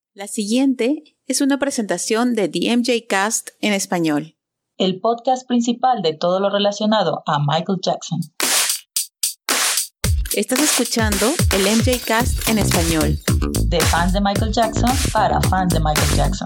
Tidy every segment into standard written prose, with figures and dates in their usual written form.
La siguiente es una presentación de The MJ Cast en español. El podcast principal de todo lo relacionado a Michael Jackson. Estás escuchando el MJ Cast en español. De fans de Michael Jackson para fans de Michael Jackson.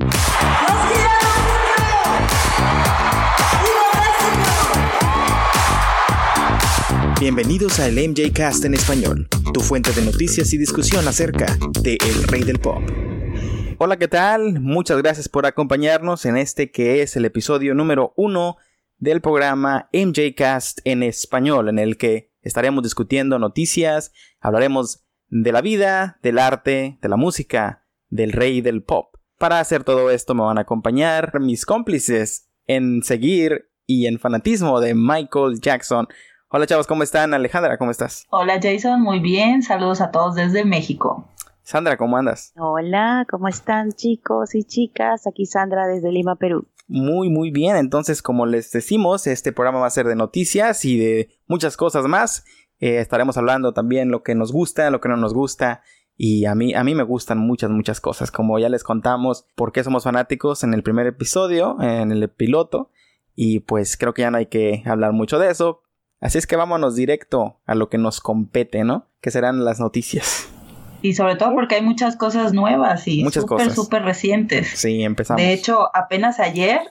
Bienvenidos al MJ Cast en español, tu fuente de noticias y discusión acerca de El Rey del Pop. Hola, ¿qué tal? Muchas gracias por acompañarnos en este que es el episodio número 1 del programa MJ Cast en español, en el que estaremos discutiendo noticias, hablaremos de la vida, del arte, de la música, del Rey del Pop. Para hacer todo esto me van a acompañar mis cómplices en seguir y en fanatismo de Michael Jackson. Hola chavos, ¿cómo están? Alejandra, ¿cómo estás? Hola Jason, muy bien, saludos a todos desde México. Sandra, ¿cómo andas? Hola, ¿cómo están chicos y chicas? Aquí Sandra desde Lima, Perú. Muy bien, entonces como les decimos, este programa va a ser de noticias y de muchas cosas más. Estaremos hablando también lo que nos gusta, lo que no nos gusta. Y a mí me gustan muchas cosas, como ya les contamos por qué somos fanáticos en el primer episodio, en el piloto. Y pues creo que ya no hay que hablar mucho de eso. Así es que vámonos directo a lo que nos compete, ¿no? Que serán las noticias. Y sobre todo porque hay muchas cosas nuevas y súper recientes. Sí, empezamos. De hecho, apenas ayer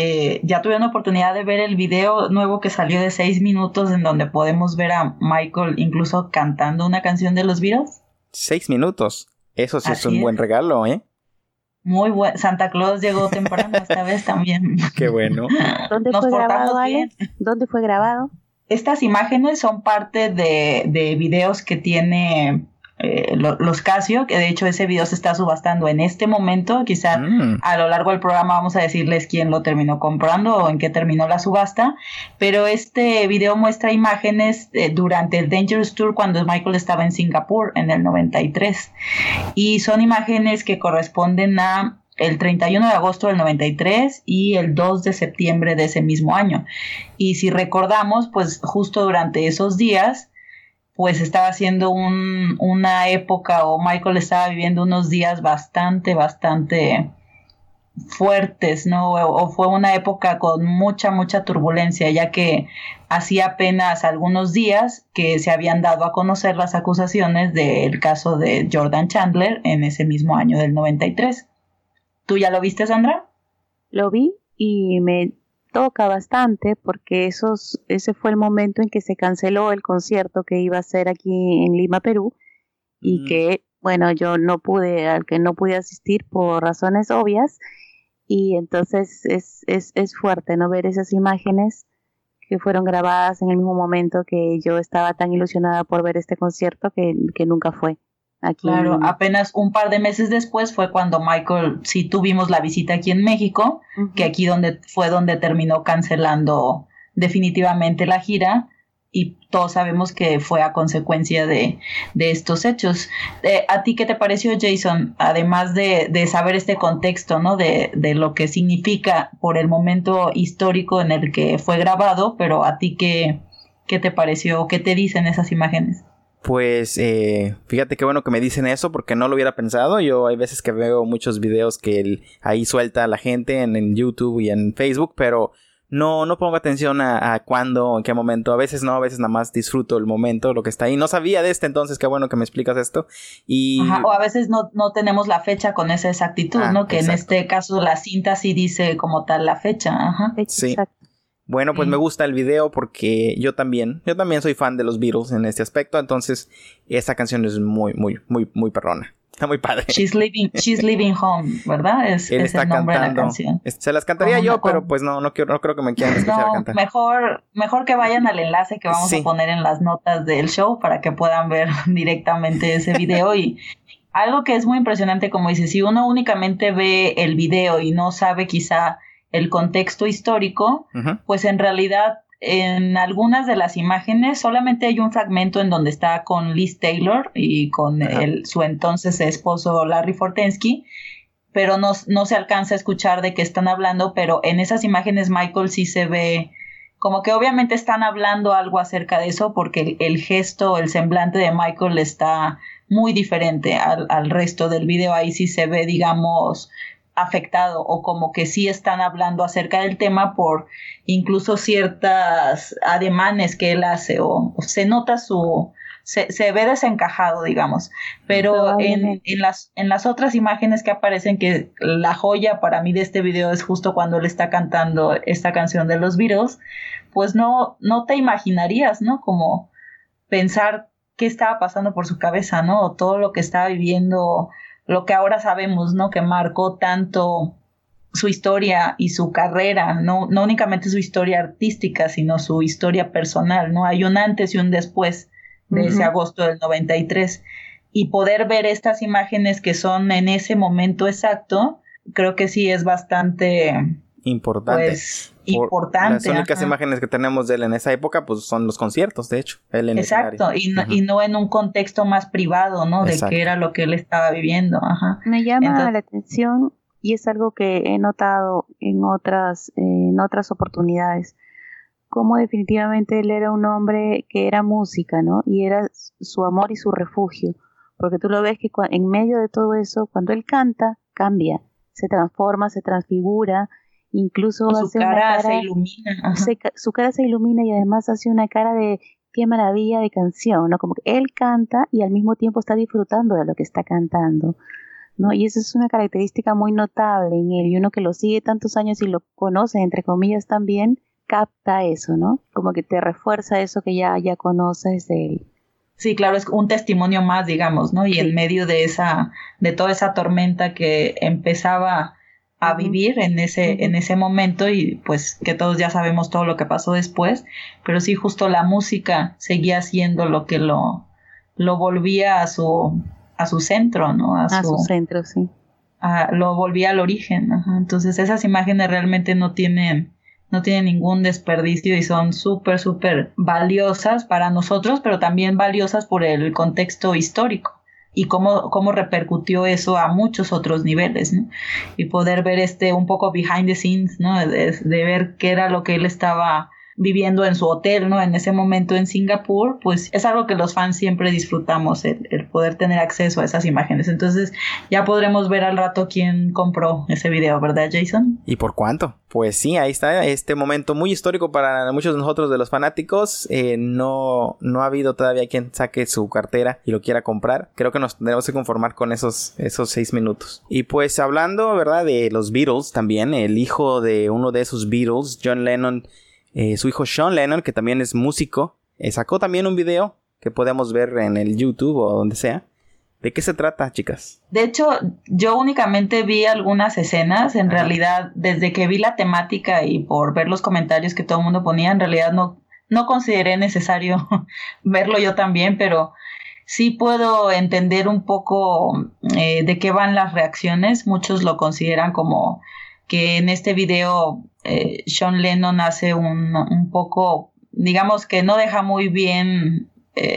ya tuve una oportunidad de ver el video nuevo que salió de 6 minutos en donde podemos ver a Michael incluso cantando una canción de los Beatles. 6 minutos. Eso sí es un buen regalo, ¿eh? Muy bueno. Santa Claus llegó temprano esta vez también. Qué bueno. ¿Dónde fue grabado, Ale? ¿Dónde fue grabado? Estas imágenes son parte de videos que tiene los Casio, que de hecho ese video se está subastando en este momento. Quizá a lo largo del programa vamos a decirles quién lo terminó comprando o en qué terminó la subasta, pero este video muestra imágenes durante el Dangerous Tour cuando Michael estaba en Singapur en el 93, y son imágenes que corresponden a el 31 de agosto del 93 y el 2 de septiembre de ese mismo año. Y si recordamos, pues justo durante esos días, pues estaba siendo una época, o Michael estaba viviendo unos días bastante fuertes, ¿no? O fue una época con mucha turbulencia, ya que hacía apenas algunos días que se habían dado a conocer las acusaciones del caso de Jordan Chandler en ese mismo año del 93. ¿Tú ya lo viste, Sandra? Lo vi y me toca bastante porque ese fue el momento en que se canceló el concierto que iba a ser aquí en Lima, Perú, y que, bueno, yo al que no pude asistir por razones obvias, y entonces es fuerte, ¿no? Ver esas imágenes que fueron grabadas en el mismo momento que yo estaba tan ilusionada por ver este concierto que nunca fue. Aquí. Claro, apenas un par de meses después fue cuando Michael sí tuvimos la visita aquí en México, que aquí fue donde terminó cancelando definitivamente la gira, y todos sabemos que fue a consecuencia de estos hechos. ¿A ti qué te pareció, Jason? Además de saber este contexto, ¿no? De lo que significa por el momento histórico en el que fue grabado, pero ¿a ti qué te pareció? ¿Qué te dicen esas imágenes? Pues fíjate qué bueno que me dicen eso, porque no lo hubiera pensado. Yo hay veces que veo muchos videos que ahí suelta la gente en YouTube y en Facebook, pero no pongo atención a cuándo, en qué momento. A veces no, a veces nada más disfruto el momento, lo que está ahí. No sabía de entonces, qué bueno que me explicas esto. Ajá, o a veces no tenemos la fecha con esa exactitud, ¿no? Que exacto. En este caso la cinta sí dice como tal la fecha. Ajá. Sí. Bueno, pues me gusta el video porque yo también soy fan de los Beatles en este aspecto, entonces esa canción es muy perrona. Está muy padre. She's Leaving Home, ¿verdad? Él está el nombre cantando. De la canción. Se las cantaría yo, pero pues no creo que me quieran escuchar cantar. Mejor que vayan al enlace que vamos a poner en las notas del show para que puedan ver directamente ese video. Y algo que es muy impresionante, como dices, si uno únicamente ve el video y no sabe quizá el contexto histórico, pues en realidad en algunas de las imágenes solamente hay un fragmento en donde está con Liz Taylor y con su entonces esposo Larry Fortensky, pero no se alcanza a escuchar de qué están hablando, pero en esas imágenes Michael sí se ve como que obviamente están hablando algo acerca de eso porque el gesto, el semblante de Michael está muy diferente al resto del video. Ahí sí se ve, digamos, afectado, o como que sí están hablando acerca del tema por incluso ciertas ademanes que él hace, o se nota se ve desencajado, digamos, pero en las otras imágenes que aparecen, que la joya para mí de este video es justo cuando él está cantando esta canción de los Beatles, pues no te imaginarías, ¿no? Como pensar qué estaba pasando por su cabeza, ¿no? O todo lo que estaba viviendo, lo que ahora sabemos, ¿no? Que marcó tanto su historia y su carrera, no únicamente su historia artística, sino su historia personal, ¿no? Hay un antes y un después de ese agosto del 93, y poder ver estas imágenes que son en ese momento exacto, creo que sí es bastante importante. Pues, importante. Las únicas imágenes que tenemos de él en esa época, pues son los conciertos, de hecho. Él en exacto, y no en un contexto más privado, ¿no? De qué era lo que él estaba viviendo. Ajá. Me llama la atención, y es algo que he notado en otras oportunidades, cómo definitivamente él era un hombre que era música, ¿no? Y era su amor y su refugio, porque tú lo ves que en medio de todo eso, cuando él canta, cambia, se transforma, se transfigura, incluso su cara se ilumina. Su cara se ilumina y además hace una cara de qué maravilla de canción, ¿no? Como que él canta y al mismo tiempo está disfrutando de lo que está cantando, ¿no? Y esa es una característica muy notable en él, y uno que lo sigue tantos años y lo conoce, entre comillas, también, capta eso, ¿no? Como que te refuerza eso que ya conoces de él. Sí, claro, es un testimonio más, digamos, ¿no? Y en medio de toda esa tormenta que empezaba a vivir en ese momento, y pues que todos ya sabemos todo lo que pasó después, pero sí, justo la música seguía siendo lo que lo volvía a su centro, ¿no? A su centro, sí. Lo volvía al origen. Ajá. Entonces esas imágenes realmente no tienen ningún desperdicio y son súper, súper valiosas para nosotros, pero también valiosas por el contexto histórico y cómo repercutió eso a muchos otros niveles, ¿no? Y poder ver un poco behind the scenes, ¿no? De ver qué era lo que él estaba viviendo en su hotel, ¿no? En ese momento en Singapur, pues es algo que los fans siempre disfrutamos, el poder tener acceso a esas imágenes. Entonces ya podremos ver al rato quién compró ese video, ¿verdad, Jason? ¿Y por cuánto? Pues sí, ahí está este momento muy histórico para muchos de nosotros, de los fanáticos. No ha habido todavía quien saque su cartera y lo quiera comprar. Creo que nos tenemos que conformar con esos 6 minutos. Y pues hablando, ¿verdad?, de los Beatles también, el hijo de uno de esos Beatles, John Lennon, su hijo Sean Lennon, que también es músico, sacó también un video que podemos ver en el YouTube o donde sea. ¿De qué se trata, chicas? De hecho, yo únicamente vi algunas escenas. En realidad, desde que vi la temática y por ver los comentarios que todo el mundo ponía, en realidad no consideré necesario verlo yo también, pero sí puedo entender un poco de qué van las reacciones. Muchos lo consideran como que en este video Sean Lennon hace un poco, digamos que no deja muy bien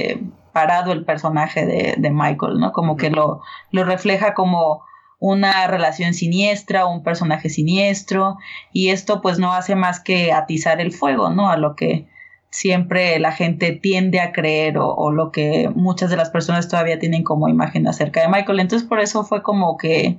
parado el personaje de Michael, ¿no? Como que lo refleja como una relación siniestra, un personaje siniestro, y esto pues no hace más que atizar el fuego, ¿no? A lo que siempre la gente tiende a creer, o lo que muchas de las personas todavía tienen como imagen acerca de Michael. Entonces por eso fue como que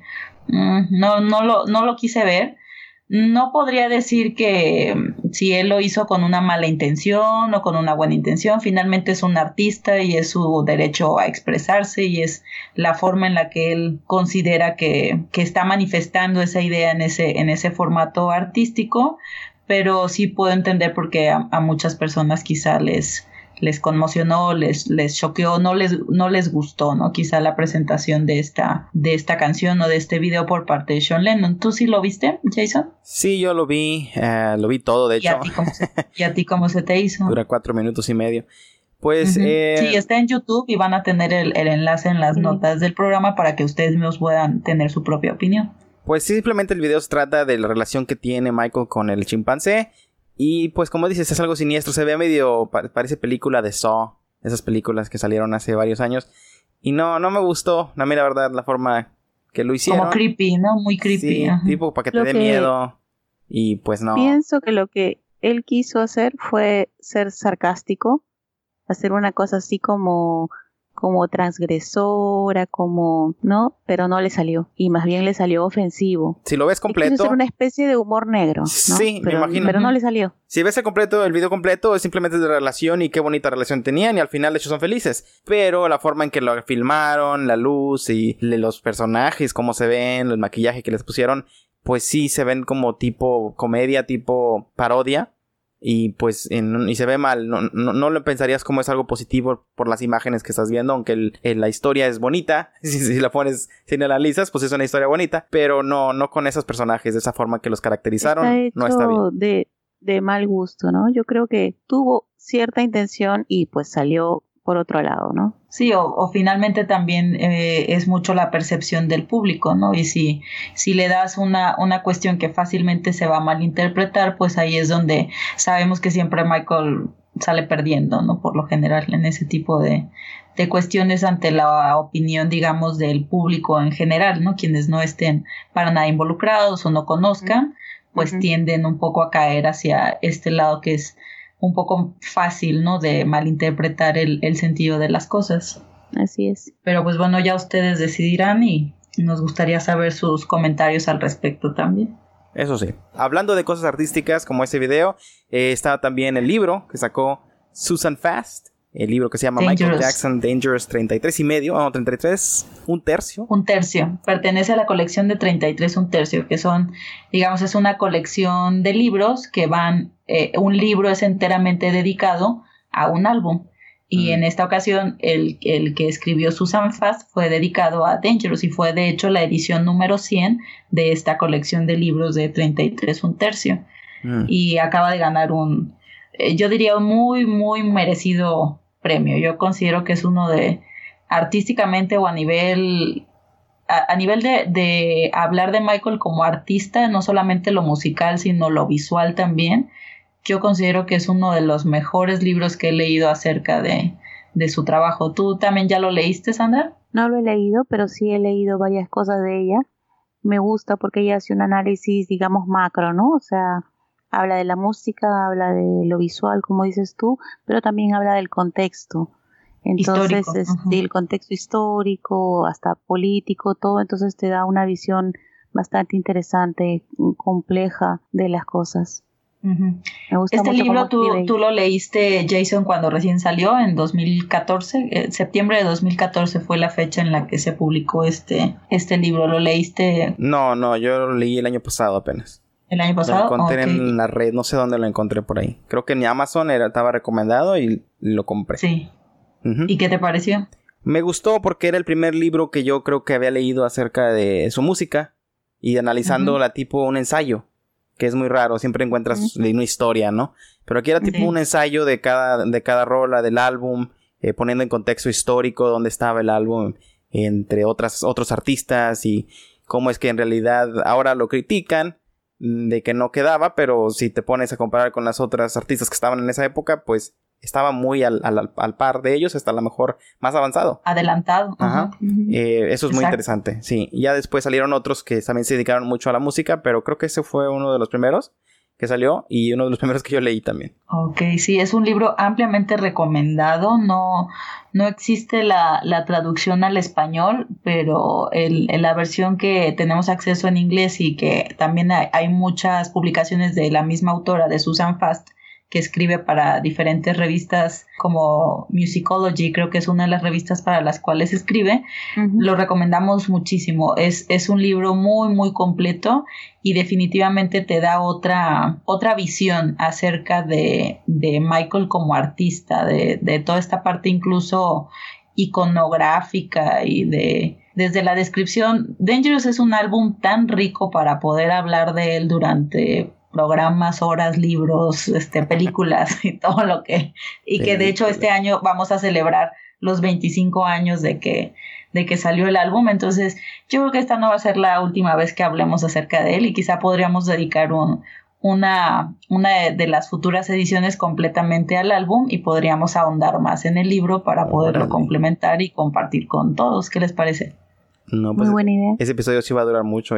no lo quise ver. No podría decir que si él lo hizo con una mala intención o con una buena intención. Finalmente es un artista y es su derecho a expresarse, y es la forma en la que él considera que está manifestando esa idea en ese formato artístico. Pero sí puedo entender por qué a muchas personas quizá les conmocionó, les choqueó, no les gustó, ¿no? Quizá la presentación de esta canción o de este video por parte de Sean Lennon. ¿Tú sí lo viste, Jason? Sí, yo lo vi todo, de hecho. ¿Y a ti cómo se te hizo? Dura 4 minutos y medio. Pues sí, está en YouTube y van a tener el enlace en las notas del programa para que ustedes mismos puedan tener su propia opinión. Pues simplemente el video se trata de la relación que tiene Michael con el chimpancé. Y pues como dices, es algo siniestro. Se ve medio, parece película de Saw, esas películas que salieron hace varios años. Y no me gustó, a mí la verdad, la forma que lo hicieron. Como creepy, ¿no? Muy creepy. Sí, tipo para que te dé miedo. Y pues no. Pienso que él quiso hacer fue ser sarcástico, hacer una cosa así como transgresora, ¿no? Pero no le salió. Y más bien le salió ofensivo. Si lo ves completo... Quiso hacer una especie de humor negro, ¿no? Sí, me imagino. Pero no le salió. Si ves el video completo, es simplemente de relación y qué bonita relación tenían y al final de hecho son felices. Pero la forma en que lo filmaron, la luz y los personajes, cómo se ven, el maquillaje que les pusieron, pues sí se ven como tipo comedia, tipo parodia. Y pues y se ve mal, no lo pensarías como es algo positivo por las imágenes que estás viendo, aunque la historia es bonita, si la pones, si la analizas, pues es una historia bonita, pero no con esos personajes, de esa forma que los caracterizaron, está hecho no está bien. De mal gusto, ¿no? Yo creo que tuvo cierta intención y pues salió por otro lado, ¿no? Sí, o finalmente también es mucho la percepción del público, ¿no? Y si le das una cuestión que fácilmente se va a malinterpretar, pues ahí es donde sabemos que siempre Michael sale perdiendo, ¿no? Por lo general en ese tipo de cuestiones ante la opinión, digamos, del público en general, ¿no? Quienes no estén para nada involucrados o no conozcan, pues tienden un poco a caer hacia este lado que es un poco fácil, ¿no? De malinterpretar el sentido de las cosas. Así es. Pero pues bueno, ya ustedes decidirán y nos gustaría saber sus comentarios al respecto también. Eso sí. Hablando de cosas artísticas como este video, está también el libro que sacó Susan Fast. El libro que se llama Dangerous. Michael Jackson Dangerous 33 y medio, 33, un tercio. Un tercio. Pertenece a la colección de 33 un tercio, que son, digamos, es una colección de libros que van, un libro es enteramente dedicado a un álbum. Y en esta ocasión, el que escribió Susan Fast fue dedicado a Dangerous y fue, de hecho, la edición número 100 de esta colección de libros de 33 un tercio. Y acaba de ganar yo diría, un muy, muy merecido premio. Yo considero que es uno de, artísticamente o a nivel de hablar de Michael como artista, no solamente lo musical, sino lo visual también. Yo considero que es uno de los mejores libros que he leído acerca de su trabajo. ¿Tú también ya lo leíste, Sandra? No lo he leído, pero sí he leído varias cosas de ella. Me gusta porque ella hace un análisis, digamos, macro, ¿no? O sea, habla de la música, habla de lo visual, como dices tú, pero también habla del contexto. Entonces, el contexto histórico, hasta político, todo. Entonces te da una visión bastante interesante, compleja de las cosas. Me gusta este mucho libro tú lo leíste, Jason, cuando recién salió, en 2014. Septiembre de 2014 fue la fecha en la que se publicó este libro. ¿Lo leíste? No, yo lo leí el año pasado apenas. ¿El año pasado? Lo encontré en la red, no sé dónde lo encontré por ahí. Creo que en Amazon estaba recomendado y lo compré. Sí. ¿Y qué te pareció? Me gustó porque era el primer libro que yo creo que había leído acerca de su música y analizándola tipo un ensayo, que es muy raro, siempre encuentras una historia, ¿no? Pero aquí era tipo un ensayo de cada rola del álbum, poniendo en contexto histórico dónde estaba el álbum entre otros artistas y cómo es que en realidad ahora lo critican de que no quedaba, pero si te pones a comparar con las otras artistas que estaban en esa época, pues estaba muy al par de ellos, hasta a lo mejor más avanzado. Adelantado. Ajá. Eso es muy interesante, sí. Ya después salieron otros que también se dedicaron mucho a la música, pero creo que ese fue uno de los primeros que salió y uno de los primeros que yo leí también. Ok, sí, es un libro ampliamente recomendado. No existe la traducción al español, pero la versión que tenemos acceso en inglés y que también hay muchas publicaciones de la misma autora, de Susan Fast, que escribe para diferentes revistas como Musicology, creo que es una de las revistas para las cuales escribe. Lo recomendamos muchísimo. Es un libro muy, muy completo y definitivamente te da otra visión acerca de Michael como artista, de toda esta parte incluso iconográfica y desde la descripción. Dangerous es un álbum tan rico para poder hablar de él durante programas, horas, libros, películas y todo lo que... Y que de hecho este año vamos a celebrar los 25 años de que salió el álbum. Entonces yo creo que esta no va a ser la última vez que hablemos acerca de él y quizá podríamos dedicar una de las futuras ediciones completamente al álbum y podríamos ahondar más en el libro para poderlo complementar y compartir con todos. ¿Qué les parece? No, pues muy buena idea. Ese episodio sí va a durar mucho, oye.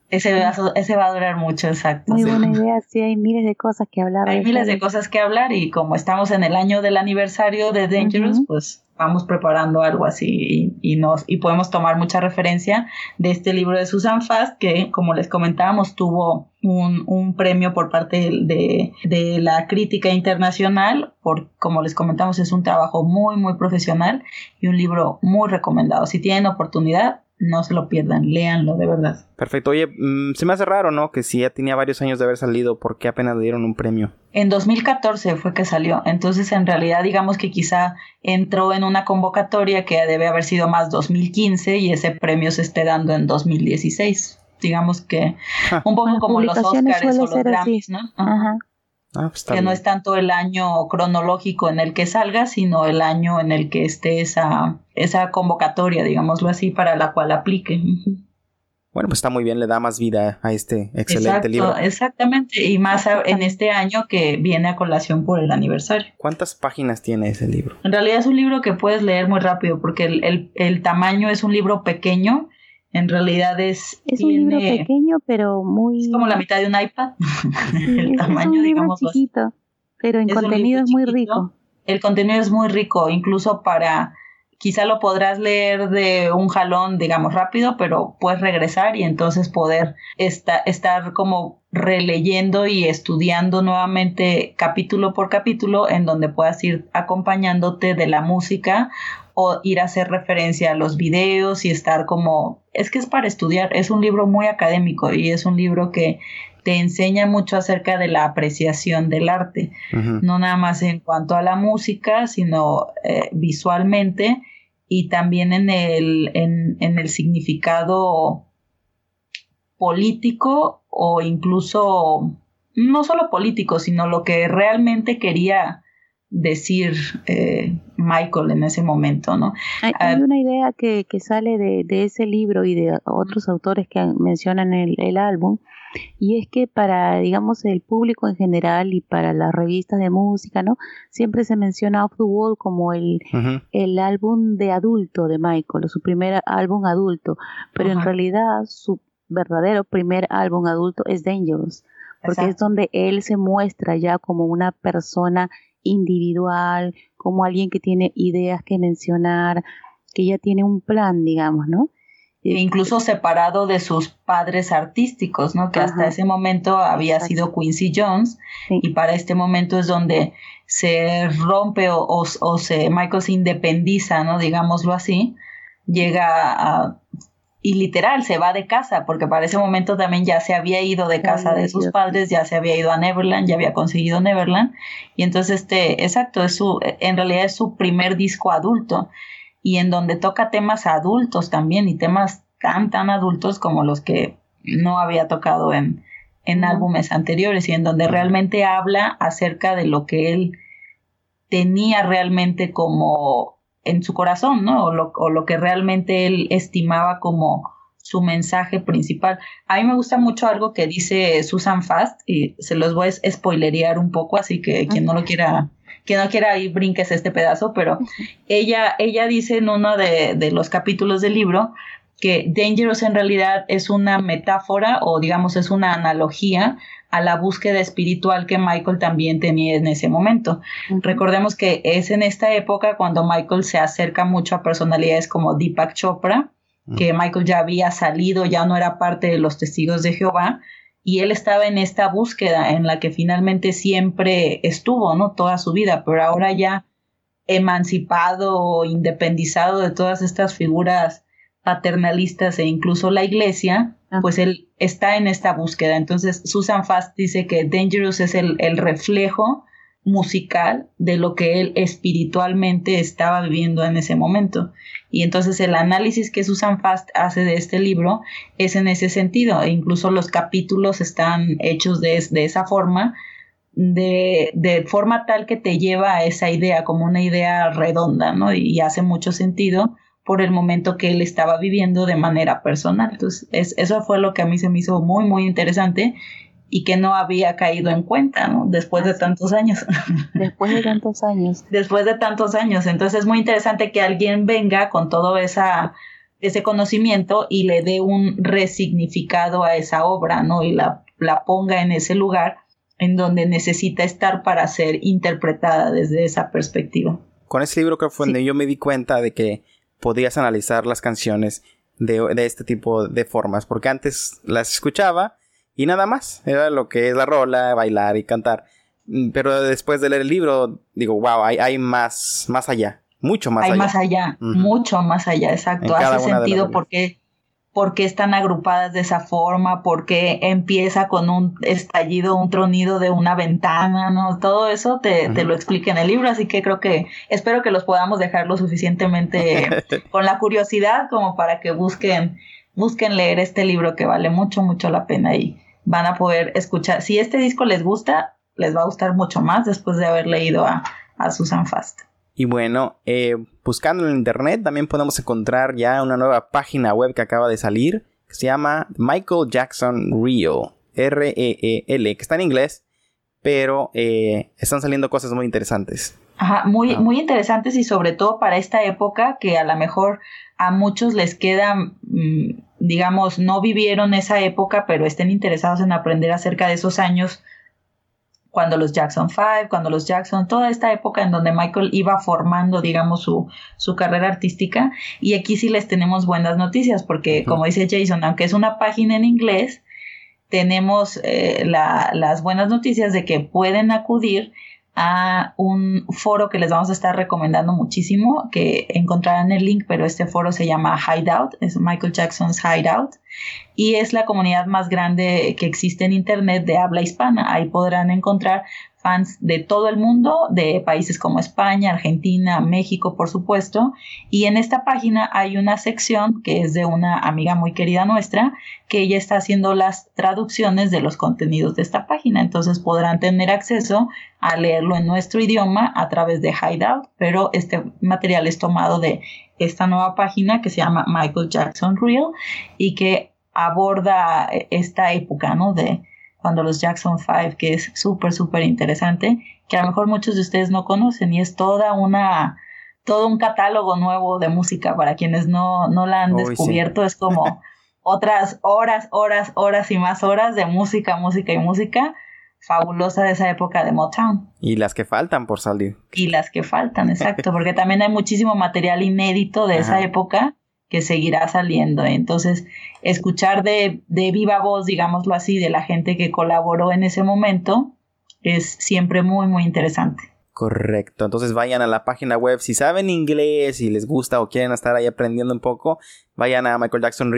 Ese va a durar mucho, exacto. Muy buena idea, sí, hay miles de cosas que hablar. Hay miles de cosas que hablar y como estamos en el año del aniversario de Dangerous, pues vamos preparando algo así y podemos tomar mucha referencia de este libro de Susan Fast, que como les comentábamos tuvo un premio por parte de la crítica internacional, como les comentamos es un trabajo muy muy profesional y un libro muy recomendado. Si tienen oportunidad, no se lo pierdan, léanlo de verdad. Perfecto. Oye, se me hace raro, ¿no? Que si ya tenía varios años de haber salido, ¿por qué apenas le dieron un premio? En 2014 fue que salió, entonces en realidad digamos que quizá entró en una convocatoria que debe haber sido más 2015 y ese premio se esté dando en 2016. Digamos que un poco como los Oscars o los Grammys, ¿no? Ajá. Pues que no es tanto el año cronológico en el que salga, sino el año en el que esté esa convocatoria, digámoslo así, para la cual aplique. Bueno, pues está muy bien, le da más vida a este excelente libro. Exactamente, y más en este año que viene a colación por el aniversario. ¿Cuántas páginas tiene ese libro? En realidad es un libro que puedes leer muy rápido, porque el tamaño es un libro pequeño. En realidad es un libro pequeño, pero muy... Es como la mitad de un iPad. Sí, el tamaño, es un digamos, chiquito, pero en contenido es muy rico. El contenido es muy rico, incluso quizá lo podrás leer de un jalón, digamos, rápido, pero puedes regresar y entonces poder estar como releyendo y estudiando nuevamente capítulo por capítulo, en donde puedas ir acompañándote de la música o ir a hacer referencia a los videos y estar como... Es que es para estudiar, es un libro muy académico y es un libro que te enseña mucho acerca de la apreciación del arte, no nada más en cuanto a la música, sino visualmente y también en el significado político o incluso, no solo político, sino lo que realmente quería decir Michael en ese momento, ¿no? Hay una idea que sale de ese libro y de otros autores que mencionan el álbum, y es que para, digamos, el público en general y para las revistas de música, ¿no? Siempre se menciona Off the Wall como el álbum de adulto de Michael, o su primer álbum adulto, pero en realidad su verdadero primer álbum adulto es Dangerous, porque es donde él se muestra ya como una persona individual, como alguien que tiene ideas que mencionar, que ya tiene un plan, digamos, ¿no? E incluso separado de sus padres artísticos, ¿no? Que hasta ese momento había sido Quincy Jones, y para este momento es donde se rompe Michael se independiza, ¿no? Digámoslo así, llega y literal se va de casa, porque para ese momento también ya se había ido de casa de sus padres, ya se había ido a Neverland, ya había conseguido Neverland, y entonces en realidad es su primer disco adulto, y en donde toca temas adultos también, y temas tan adultos como los que no había tocado en álbumes anteriores, y en donde realmente habla acerca de lo que él tenía realmente como en su corazón, ¿no? O lo que realmente él estimaba como su mensaje principal. A mí me gusta mucho algo que dice Susan Fast, y se los voy a spoilerear un poco, así que quien no quiera ahí brinques este pedazo, pero ella dice en uno de los capítulos del libro que Dangerous en realidad es una metáfora, o digamos es una analogía a la búsqueda espiritual que Michael también tenía en ese momento. Recordemos que es en esta época cuando Michael se acerca mucho a personalidades como Deepak Chopra, que Michael ya había salido, ya no era parte de los Testigos de Jehová, y él estaba en esta búsqueda en la que finalmente siempre estuvo, ¿no? Toda su vida, pero ahora ya emancipado o independizado de todas estas figuras paternalistas e incluso la iglesia, pues él está en esta búsqueda. Entonces Susan Fast dice que Dangerous es el reflejo musical de lo que él espiritualmente estaba viviendo en ese momento. Y entonces el análisis que Susan Fast hace de este libro es en ese sentido, e incluso los capítulos están hechos de esa forma, de forma tal que te lleva a esa idea, como una idea redonda, ¿no? Y hace mucho sentido por el momento que él estaba viviendo de manera personal. Entonces eso fue lo que a mí se me hizo muy, muy interesante y que no había caído en cuenta, ¿no? Después de tantos años. Después de tantos años. Después de tantos años. Entonces es muy interesante que alguien venga con toda esa ese conocimiento y le dé un resignificado a esa obra, ¿no? Y la ponga en ese lugar en donde necesita estar para ser interpretada desde esa perspectiva. Con ese libro creo que fue donde yo me di cuenta de que podías analizar las canciones de este tipo de formas, porque antes las escuchaba y nada más, era lo que es la rola, bailar y cantar. Pero después de leer el libro, digo, wow, hay más allá, mucho más allá. Hay más allá, mucho más allá, exacto. Hace sentido por qué están agrupadas de esa forma, por qué empieza con un estallido, un tronido de una ventana, ¿no? Todo eso te lo explica en el libro, así que espero que los podamos dejar lo suficientemente con la curiosidad como para que busquen leer este libro que vale mucho, mucho la pena y van a poder escuchar. Si este disco les gusta, les va a gustar mucho más después de haber leído a Susan Fast. Y bueno, buscando en internet también podemos encontrar ya una nueva página web que acaba de salir, que se llama Michael Jackson Reel, R-E-E-L, que está en inglés, pero están saliendo cosas muy interesantes. Ajá, muy interesantes y sobre todo para esta época que a lo mejor a muchos les queda, digamos, no vivieron esa época, pero estén interesados en aprender acerca de esos años cuando los Jackson 5, cuando los Jackson, toda esta época en donde Michael iba formando, digamos, su carrera artística. Y aquí sí les tenemos buenas noticias, porque como dice Jason, aunque es una página en inglés, tenemos las buenas noticias de que pueden acudir a un foro que les vamos a estar recomendando muchísimo, que encontrarán el link, pero este foro se llama Hideout, es Michael Jackson's Hideout, y es la comunidad más grande que existe en internet de habla hispana. Ahí podrán encontrar fans de todo el mundo, de países como España, Argentina, México, por supuesto, y en esta página hay una sección que es de una amiga muy querida nuestra, que ella está haciendo las traducciones de los contenidos de esta página, entonces podrán tener acceso a leerlo en nuestro idioma a través de Hideout, pero este material es tomado de esta nueva página que se llama Michael Jackson Reel y que aborda esta época, ¿no? De cuando los Jackson 5, que es súper, súper interesante, que a lo mejor muchos de ustedes no conocen y es todo un catálogo nuevo de música para quienes no la han descubierto. Sí. Es como otras horas y más horas de música fabulosa de esa época de Motown. Y las que faltan por salir. Y las que faltan, exacto, porque también hay muchísimo material inédito de esa época que seguirá saliendo. Entonces, escuchar de viva voz, digámoslo así, de la gente que colaboró en ese momento, es siempre muy, muy interesante. Correcto. Entonces vayan a la página web. Si saben inglés y les gusta o quieren estar ahí aprendiendo un poco, vayan a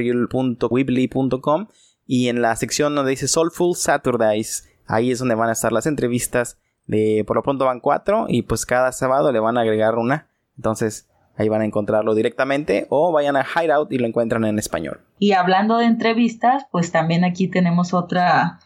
michaeljacksonreel.weebly.com y en la sección donde dice Soulful Saturdays, ahí es donde van a estar las entrevistas. Por lo pronto van 4 y pues cada sábado le van a agregar una. Entonces ahí van a encontrarlo directamente o vayan a Hideout y lo encuentran en español. Y hablando de entrevistas, pues también aquí tenemos otra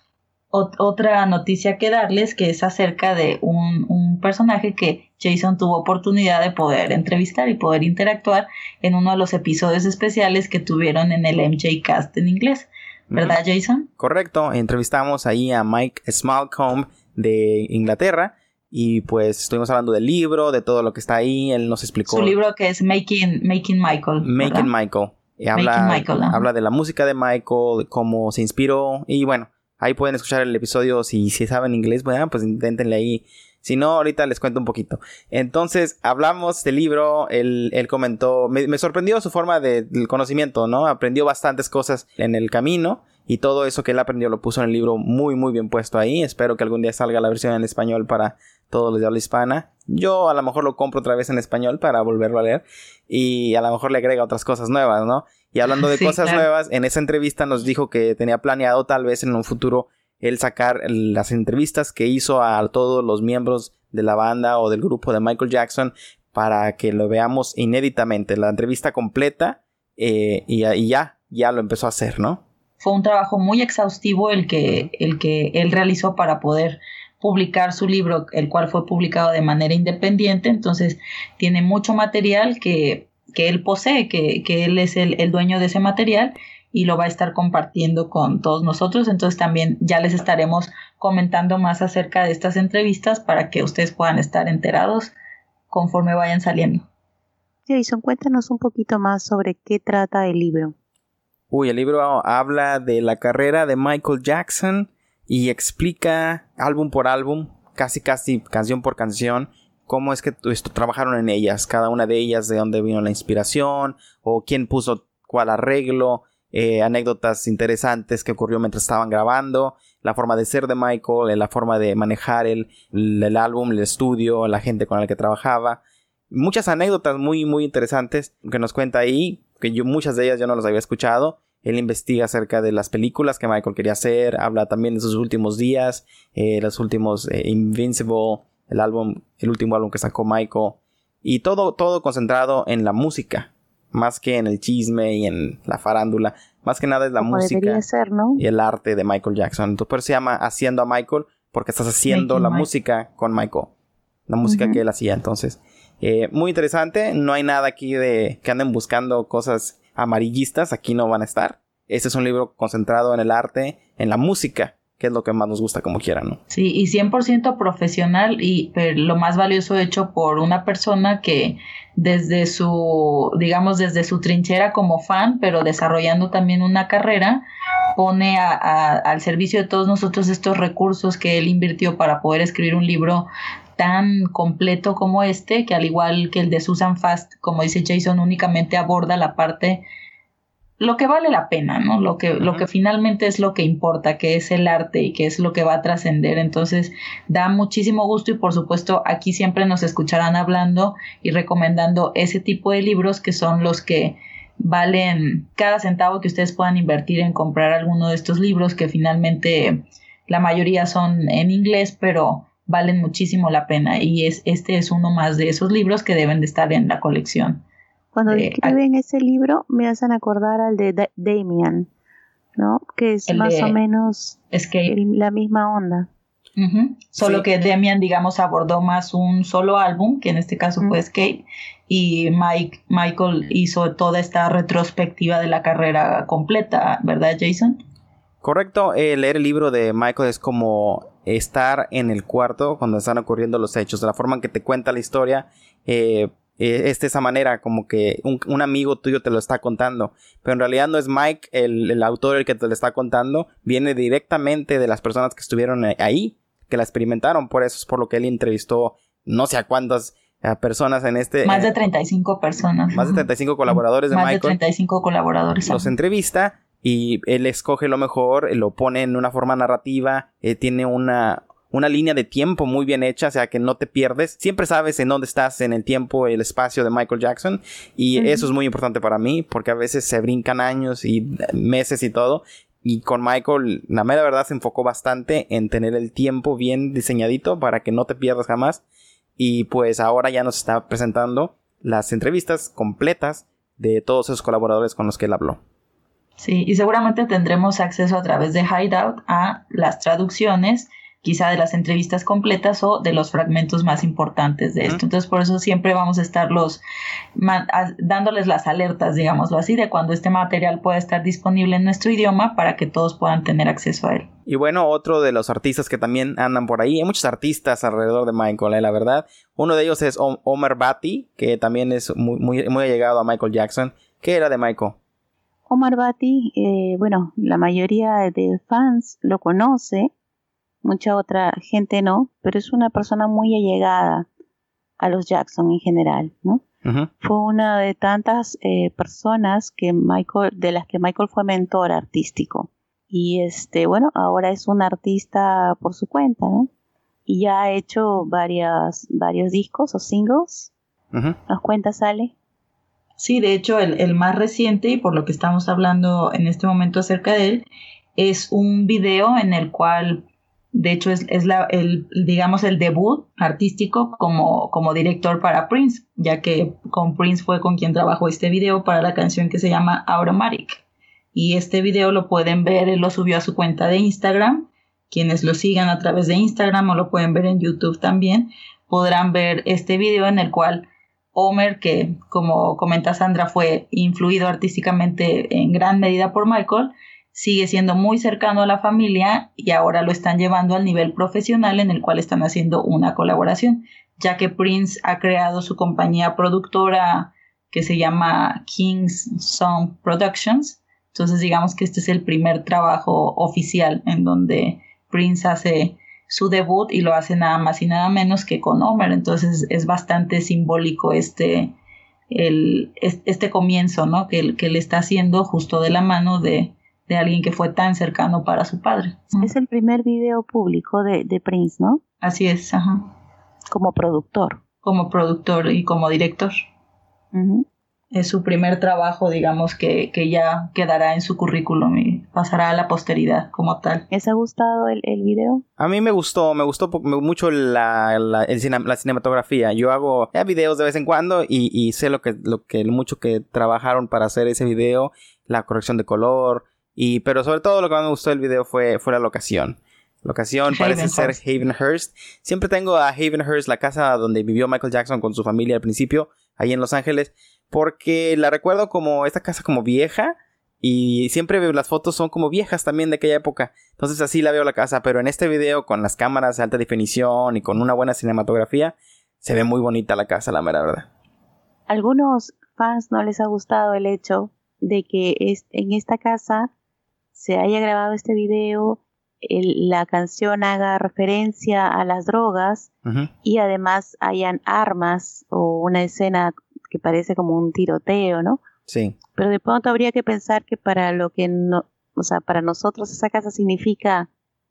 noticia que darles, que es acerca de un personaje que Jason tuvo oportunidad de poder entrevistar y poder interactuar en uno de los episodios especiales que tuvieron en el MJ Cast en inglés. ¿Verdad, Jason? Correcto. Entrevistamos ahí a Mike Smallcombe de Inglaterra. Y pues estuvimos hablando del libro, de todo lo que está ahí. Él nos explicó. Su libro que es Making Michael. Making Michael. Habla de la música de Michael, de cómo se inspiró. Y bueno, ahí pueden escuchar el episodio. Si saben inglés, bueno, pues inténtenle ahí. Si no, ahorita les cuento un poquito. Entonces, hablamos del libro. Él comentó. Me sorprendió su forma del conocimiento, ¿no? Aprendió bastantes cosas en el camino. Y todo eso que él aprendió lo puso en el libro muy, muy bien puesto ahí. Espero que algún día salga la versión en español para todos los de habla hispana. Yo a lo mejor lo compro otra vez en español para volverlo a leer. Y a lo mejor le agrega otras cosas nuevas, ¿no? Y hablando de cosas nuevas, en esa entrevista nos dijo que tenía planeado tal vez en un futuro él sacar las entrevistas que hizo a todos los miembros de la banda o del grupo de Michael Jackson para que lo veamos inéditamente. La entrevista completa y ya lo empezó a hacer, ¿no? Fue un trabajo muy exhaustivo el que él realizó para poder publicar su libro, el cual fue publicado de manera independiente. Entonces tiene mucho material que él posee, que él es el dueño de ese material y lo va a estar compartiendo con todos nosotros. Entonces también ya les estaremos comentando más acerca de estas entrevistas para que ustedes puedan estar enterados conforme vayan saliendo. Jason, cuéntanos un poquito más sobre qué trata el libro. El libro habla de la carrera de Michael Jackson y explica álbum por álbum, casi canción por canción, cómo es que trabajaron en ellas, cada una de ellas, de dónde vino la inspiración o quién puso cuál arreglo, anécdotas interesantes que ocurrió mientras estaban grabando, la forma de ser de Michael, la forma de manejar el álbum, el estudio, la gente con la que trabajaba. Muchas anécdotas muy, muy interesantes que nos cuenta ahí, que muchas de ellas yo no las había escuchado. Él investiga acerca de las películas que Michael quería hacer, habla también de sus últimos días, los últimos Invincible, el último álbum que sacó Michael, y todo concentrado en la música, más que en el chisme y en la farándula. Más que nada es la Como música debería ser, ¿no? Y el arte de Michael Jackson. Entonces por eso se llama Haciendo a Michael, porque estás haciendo la música con Michael, la música que él hacía. Entonces muy interesante. No hay nada aquí de que anden buscando cosas amarillistas. Aquí no van a estar. Este es un libro concentrado en el arte, en la música, que es lo que más nos gusta como quiera, ¿no? Sí, y 100% profesional y lo más valioso hecho por una persona que desde su trinchera como fan, pero desarrollando también una carrera, pone al servicio de todos nosotros estos recursos que él invirtió para poder escribir un libro tan completo como este, que al igual que el de Susan Fast, como dice Jason, únicamente aborda la parte, lo que vale la pena, ¿no? Lo que finalmente es lo que importa, que es el arte y que es lo que va a trascender. Entonces da muchísimo gusto y por supuesto aquí siempre nos escucharán hablando y recomendando ese tipo de libros que son los que valen cada centavo que ustedes puedan invertir en comprar alguno de estos libros, que finalmente la mayoría son en inglés, pero valen muchísimo la pena, y este es uno más de esos libros que deben de estar en la colección. Cuando describen ese libro me hacen acordar al de Damien, ¿no? Que es más o menos la misma onda. Solo que Damien, digamos, abordó más un solo álbum, que en este caso fue Escape, y Michael hizo toda esta retrospectiva de la carrera completa, ¿verdad, Jason? Correcto. Leer el libro de Michael es como estar en el cuarto cuando están ocurriendo los hechos, de la forma en que te cuenta la historia. De esa manera, como que un amigo tuyo te lo está contando, pero en realidad no es Mike el autor el que te lo está contando, viene directamente de las personas que estuvieron ahí, que la experimentaron. Por eso es por lo que él entrevistó no sé a cuántas personas en más de 35 personas, más de 35 colaboradores de Michael, más de 35 colaboradores los entrevista y él escoge lo mejor, lo pone en una forma narrativa, tiene una línea de tiempo muy bien hecha, o sea que no te pierdes, siempre sabes en dónde estás en el tiempo, el espacio de Michael Jackson, y eso es muy importante para mí, porque a veces se brincan años y meses y todo, y con Michael, la mera verdad, se enfocó bastante en tener el tiempo bien diseñadito para que no te pierdas jamás, y pues ahora ya nos está presentando las entrevistas completas de todos esos colaboradores con los que él habló. Sí, y seguramente tendremos acceso a través de Hideout a las traducciones, quizá de las entrevistas completas o de los fragmentos más importantes de esto. Entonces, por eso siempre vamos a estar dándoles las alertas, digámoslo así, de cuando este material pueda estar disponible en nuestro idioma para que todos puedan tener acceso a él. Y bueno, otro de los artistas que también andan por ahí, hay muchos artistas alrededor de Michael, la verdad. Uno de ellos es Omar Batty, que también es muy, muy allegado a Michael Jackson. ¿Qué era de Michael? Omar Batty, la mayoría de fans lo conoce, mucha otra gente no, pero es una persona muy allegada a los Jackson en general, ¿no? Fue una de tantas personas de las que Michael fue mentor artístico. Y ahora es un artista por su cuenta, ¿no? Y ya ha hecho varios discos o singles. ¿Nos cuentas, Ale? Sí, de hecho, el más reciente, y por lo que estamos hablando en este momento acerca de él, es un video en el cual, de hecho, es el debut artístico como director para Prince, ya que con Prince fue con quien trabajó este video para la canción que se llama Automatic. Y este video lo pueden ver, él lo subió a su cuenta de Instagram. Quienes lo sigan a través de Instagram o lo pueden ver en YouTube también, podrán ver este video en el cual Homer, que como comenta Sandra fue influido artísticamente en gran medida por Michael, sigue siendo muy cercano a la familia y ahora lo están llevando al nivel profesional en el cual están haciendo una colaboración, ya que Prince ha creado su compañía productora que se llama King's Song Productions. Entonces digamos que este es el primer trabajo oficial en donde Prince hace su debut y lo hace nada más y nada menos que con Homer. Entonces es bastante simbólico este comienzo, ¿no? que él está haciendo justo de la mano de alguien que fue tan cercano para su padre. Es el primer video público de Prince, ¿no? Así es, ajá. Como productor. Como productor y como director. Uh-huh. Es su primer trabajo, digamos, que ya quedará en su currículum y pasará a la posteridad como tal. ¿Les ha gustado el video? A mí me gustó mucho la cinematografía. Yo hago videos de vez en cuando y sé lo mucho que trabajaron para hacer ese video, la corrección de color, pero sobre todo lo que más me gustó del video fue la locación. Parece ser Havenhurst. Siempre tengo a Havenhurst, la casa donde vivió Michael Jackson con su familia al principio, ahí en Los Ángeles, porque la recuerdo como esta casa como vieja y siempre veo las fotos son como viejas también de aquella época. Entonces así la veo la casa, pero en este video con las cámaras de alta definición y con una buena cinematografía se ve muy bonita la casa, la mera verdad. Algunos fans no les ha gustado el hecho de que en esta casa se haya grabado este video, la canción haga referencia a las drogas uh-huh. y además hayan armas o una escena que parece como un tiroteo, ¿no? Sí. Pero de pronto habría que pensar que para nosotros esa casa significa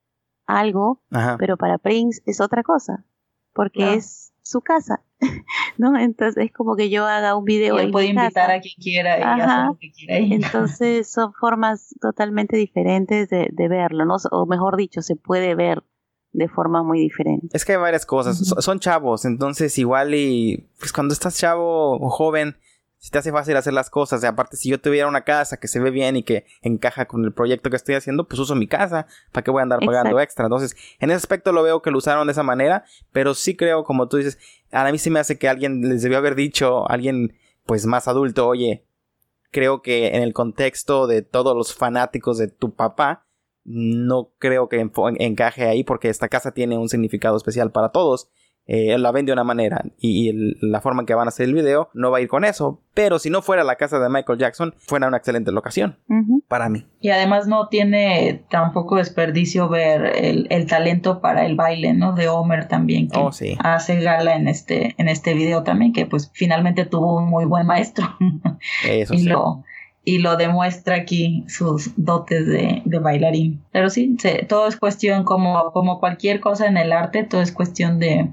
algo, ajá. pero para Prince es otra cosa, porque es su casa, ¿no? Entonces es como que yo haga un video y él puede invitar a quien quiera y hacer lo que quiera ahí. Entonces son formas totalmente diferentes de verlo, ¿no? O mejor dicho, se puede ver de forma muy diferente. Es que hay varias cosas. Uh-huh. Son chavos, entonces igual y pues cuando estás chavo o joven se te hace fácil hacer las cosas. Y aparte, si yo tuviera una casa que se ve bien y que encaja con el proyecto que estoy haciendo, pues uso mi casa. ¿Para qué voy a andar pagando Exacto. extra? Entonces, en ese aspecto lo veo que lo usaron de esa manera, pero sí creo, como tú dices, a mí sí me hace que alguien les debió haber dicho, alguien pues más adulto, oye, creo que en el contexto de todos los fanáticos de tu papá, no creo que encaje ahí porque esta casa tiene un significado especial para todos. La ven de una manera y la forma en que van a hacer el video no va a ir con eso, pero si no fuera la casa de Michael Jackson fuera una excelente locación uh-huh. para mí. Y además no tiene tampoco desperdicio ver el talento para el baile, ¿no? De Homer también, que sí. hace gala en este video también, que pues finalmente tuvo un muy buen maestro. Eso sí. Y lo demuestra aquí sus dotes de bailarín. Pero sí, todo es cuestión, como cualquier cosa en el arte, todo es cuestión de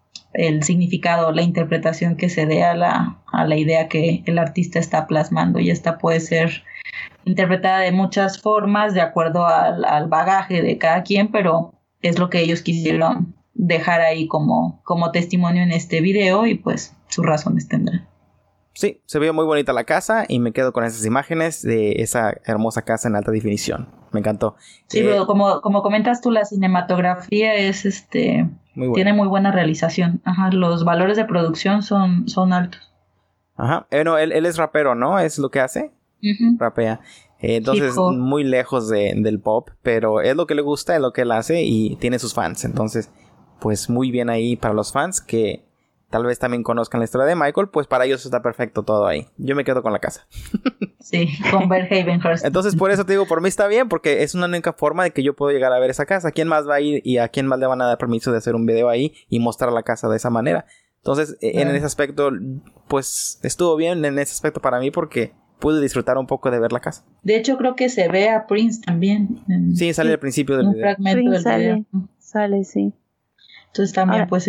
el significado, la interpretación que se dé a la idea que el artista está plasmando, y esta puede ser interpretada de muchas formas de acuerdo al bagaje de cada quien, pero es lo que ellos quisieron dejar ahí como testimonio en este video y pues sus razones tendrán. Sí, se ve muy bonita la casa y me quedo con esas imágenes de esa hermosa casa en alta definición. Me encantó. Sí, pero como comentas tú, la cinematografía es muy buena. Tiene muy buena realización. Ajá, los valores de producción son altos. Ajá, bueno, él es rapero, ¿no? Es lo que hace. Uh-huh. Rapea. Entonces, muy lejos del pop, pero es lo que le gusta, es lo que él hace y tiene sus fans. Entonces, pues muy bien ahí para los fans que tal vez también conozcan la historia de Michael, pues para ellos está perfecto todo ahí. Yo me quedo con la casa. Sí, con ver Havenhurst. Entonces, por eso te digo, por mí está bien, porque es una única forma de que yo puedo llegar a ver esa casa. ¿Quién más va a ir y a quién más le van a dar permiso de hacer un video ahí y mostrar la casa de esa manera? Entonces, en ese aspecto, pues estuvo bien en ese aspecto para mí porque pude disfrutar un poco de ver la casa. De hecho, creo que se ve a Prince también. Sí, sale al principio del video. Un fragmento Prince del video. Sale, sí. Entonces también pues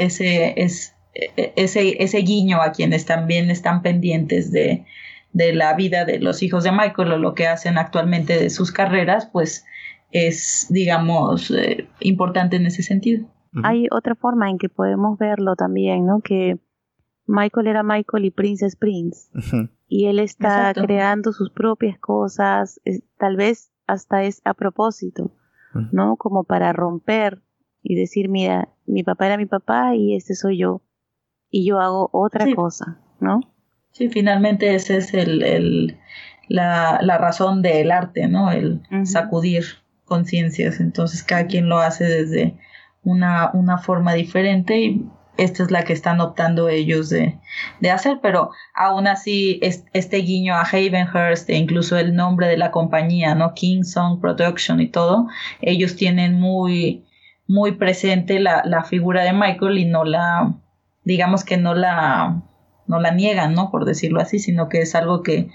ese guiño a quienes también están pendientes de la vida de los hijos de Michael o lo que hacen actualmente de sus carreras, pues es, digamos, importante en ese sentido. Hay otra forma en que podemos verlo también, ¿no? Que Michael era Michael y Prince es Prince. Uh-huh. Y él está Exacto. creando sus propias cosas, tal vez hasta es a propósito, uh-huh. ¿no? Como para romper y decir, mira, mi papá era mi papá y este soy yo. Y yo hago otra cosa, ¿no? Sí, finalmente ese es la razón del arte, ¿no? El uh-huh. sacudir conciencias. Entonces cada quien lo hace desde una forma diferente y esta es la que están optando ellos de hacer, pero aún así este guiño a Havenhurst e incluso el nombre de la compañía, ¿no? Kingsong Production y todo, ellos tienen muy, muy presente la figura de Michael y digamos que no la niegan, ¿no? Por decirlo así, sino que es algo que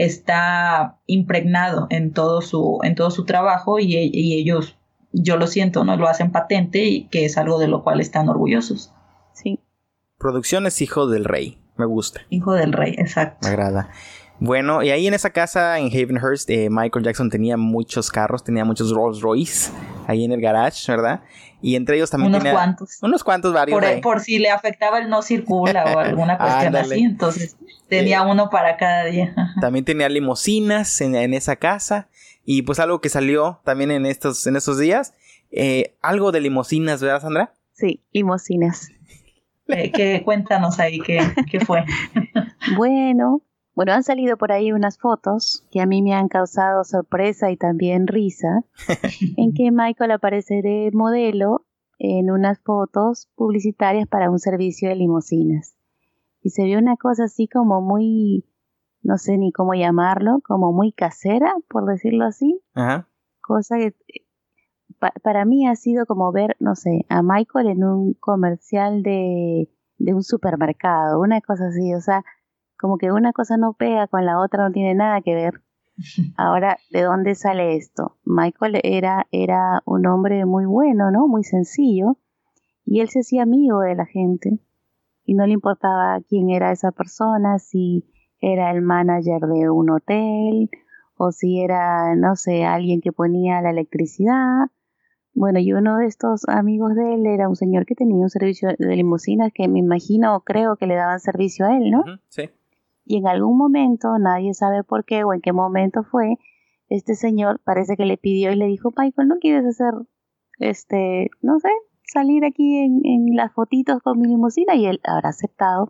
está impregnado en todo su trabajo y ellos, yo lo siento, ¿no? Lo hacen patente y que es algo de lo cual están orgullosos. Sí. Producciones Hijo del Rey. Me gusta. Hijo del Rey, exacto. Me agrada. Bueno, y ahí en esa casa en Havenhurst, Michael Jackson tenía muchos carros, tenía muchos Rolls Royce ahí en el garage, ¿verdad? Y entre ellos también unos cuantos, varios. Por si le afectaba el no circula o alguna cuestión así, entonces tenía uno para cada día. También tenía limusinas en esa casa. Y pues algo que salió también en estos días, algo de limusinas, ¿verdad, Sandra? Sí, limusinas. Cuéntanos ahí qué fue. Bueno, han salido por ahí unas fotos que a mí me han causado sorpresa y también risa, en que Michael aparece de modelo en unas fotos publicitarias para un servicio de limusinas. Y se ve una cosa así como muy, no sé ni cómo llamarlo, como muy casera, por decirlo así. Ajá. Cosa que para mí ha sido como ver, no sé, a Michael en un comercial de un supermercado, una cosa así, o sea, como que una cosa no pega con la otra, no tiene nada que ver. Ahora, ¿de dónde sale esto? Michael era un hombre muy bueno, ¿no? Muy sencillo, y él se hacía amigo de la gente, y no le importaba quién era esa persona, si era el manager de un hotel, o si era, no sé, alguien que ponía la electricidad. Bueno, y uno de estos amigos de él era un señor que tenía un servicio de limusinas que me imagino o creo que le daban servicio a él, ¿no? Sí. Y en algún momento, nadie sabe por qué o en qué momento fue, este señor parece que le pidió y le dijo, Michael, ¿no quieres hacer, no sé, salir aquí en las fotitos con mi limusina? Y él habrá aceptado.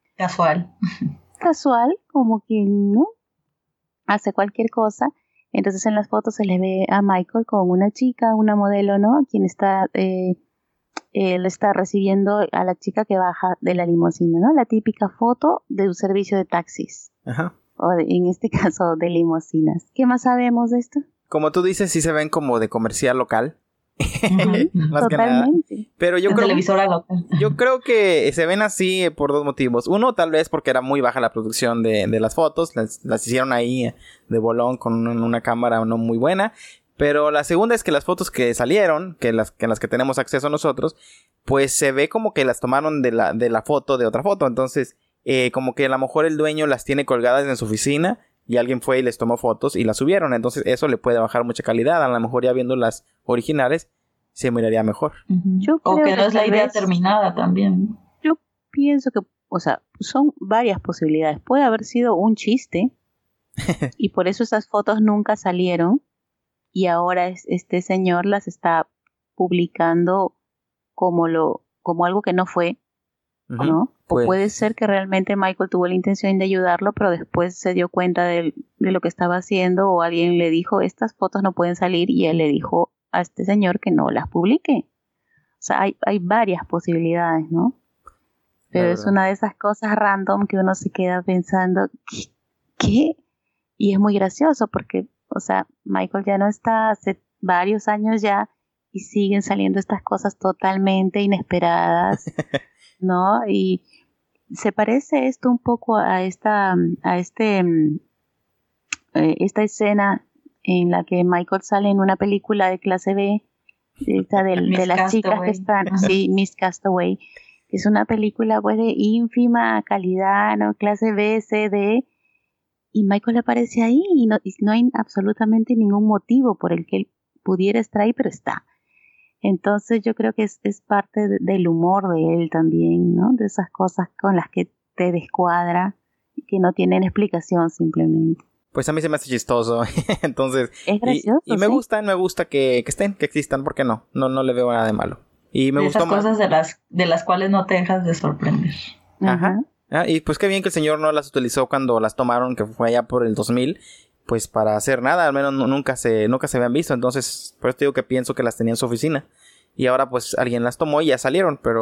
Casual, como quien, ¿no? Hace cualquier cosa. Entonces en las fotos se le ve a Michael con una chica, una modelo, ¿no? Quien está, él está recibiendo a la chica que baja de la limusina, ¿no? La típica foto de un servicio de taxis. Ajá. O en este caso de limusinas. ¿Qué más sabemos de esto? Como tú dices, sí se ven como de comercial local. Más Totalmente. que nada. Pero yo creo que se ven así por dos motivos. Uno, tal vez porque era muy baja la producción de las fotos. Las hicieron ahí de bolón con una cámara no muy buena. Pero la segunda es que las fotos que salieron, en las que tenemos acceso nosotros, pues se ve como que las tomaron de la foto de otra foto. Entonces, como que a lo mejor el dueño las tiene colgadas en su oficina y alguien fue y les tomó fotos y las subieron. Entonces eso le puede bajar mucha calidad. A lo mejor ya viendo las originales se miraría mejor. O que no es la idea terminada también. Yo pienso que, o sea, son varias posibilidades. Puede haber sido un chiste y por eso esas fotos nunca salieron y ahora este señor las está publicando como algo que no fue, ¿no? Pues, o puede ser que realmente Michael tuvo la intención de ayudarlo, pero después se dio cuenta de lo que estaba haciendo o alguien le dijo, estas fotos no pueden salir y él le dijo a este señor que no las publique. O sea, hay varias posibilidades, ¿no? Pero es una de esas cosas random que uno se queda pensando, ¿qué? Y es muy gracioso porque, o sea, Michael ya no está hace varios años ya y siguen saliendo estas cosas totalmente inesperadas, ¿no? Y se parece esto un poco a esta escena en la que Michael sale en una película de clase B, de las chicas que están, sí, Miss Castaway, que es una película pues de ínfima calidad, ¿no? Clase B, C, D, y Michael aparece ahí y no hay absolutamente ningún motivo por el que él pudiera estar ahí, pero está. Entonces yo creo que es parte del humor de él también, ¿no? De esas cosas con las que te descuadra y que no tienen explicación simplemente. Pues a mí se me hace chistoso. Entonces, es gracioso, y me gusta que estén, que existan, ¿por qué no? No le veo nada de malo. Y me gustó más. Esas cosas de las cuales no te dejas de sorprender. Ajá. Y pues qué bien que el señor no las utilizó cuando las tomaron, que fue allá por el 2000, pues para hacer nada, al menos nunca se habían visto. Entonces, por eso digo que pienso que las tenía en su oficina. Y ahora pues alguien las tomó y ya salieron, pero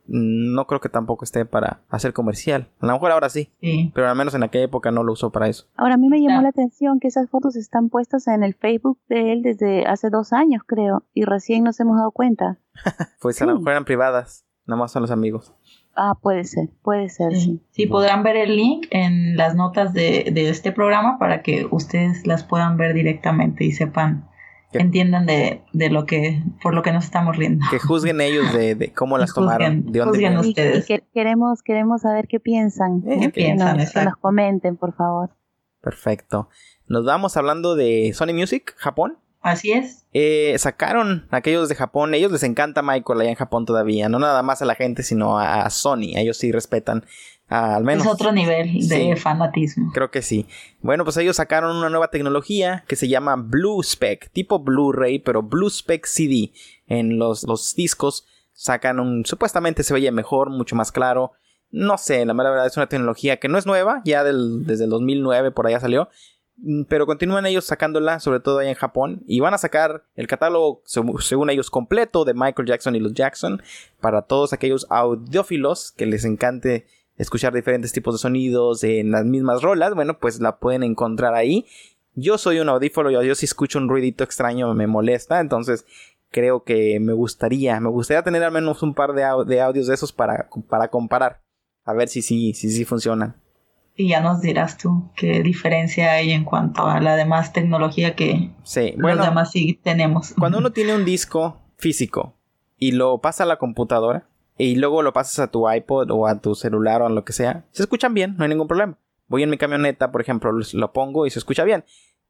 no creo que tampoco esté para hacer comercial. A lo mejor ahora sí, pero al menos en aquella época no lo usó para eso. Ahora, a mí me llamó la atención que esas fotos están puestas en el Facebook de él desde hace 2 años, creo, y recién nos hemos dado cuenta. Pues a lo mejor eran privadas, nada más son los amigos. Puede ser, sí. Sí, podrán ver el link en las notas de este programa para que ustedes las puedan ver directamente y sepan, entiendan de lo que, por lo que nos estamos riendo. Que juzguen ellos de cómo las tomaron, de dónde vienen ustedes. Y queremos saber qué piensan. Que nos comenten, por favor. Perfecto. Nos vamos hablando de Sony Music, Japón. Así es. Sacaron aquellos de Japón. Ellos les encanta Michael allá en Japón todavía. No nada más a la gente, sino a Sony. Ellos sí respetan, al menos. Es otro nivel de fanatismo. Creo que sí. Bueno, pues ellos sacaron una nueva tecnología que se llama Blue Spec. Tipo Blu-ray, pero Blue Spec CD. En los discos sacan supuestamente se veía mejor, mucho más claro. No sé, la verdad es una tecnología que no es nueva. Ya desde el 2009 por allá salió. Pero continúan ellos sacándola, sobre todo allá en Japón, y van a sacar el catálogo, según ellos, completo de Michael Jackson y los Jackson, para todos aquellos audiófilos que les encante escuchar diferentes tipos de sonidos en las mismas rolas. Bueno, pues la pueden encontrar ahí. Yo soy un audífono, yo si escucho un ruidito extraño me molesta, entonces creo que me gustaría tener al menos un par de audios de esos para comparar, a ver si funcionan. Y ya nos dirás tú qué diferencia hay en cuanto a la demás tecnología que los demás sí tenemos. Cuando uno tiene un disco físico y lo pasa a la computadora y luego lo pasas a tu iPod o a tu celular o a lo que sea, se escuchan bien, no hay ningún problema. Voy en mi camioneta, por ejemplo, lo pongo y se escucha bien.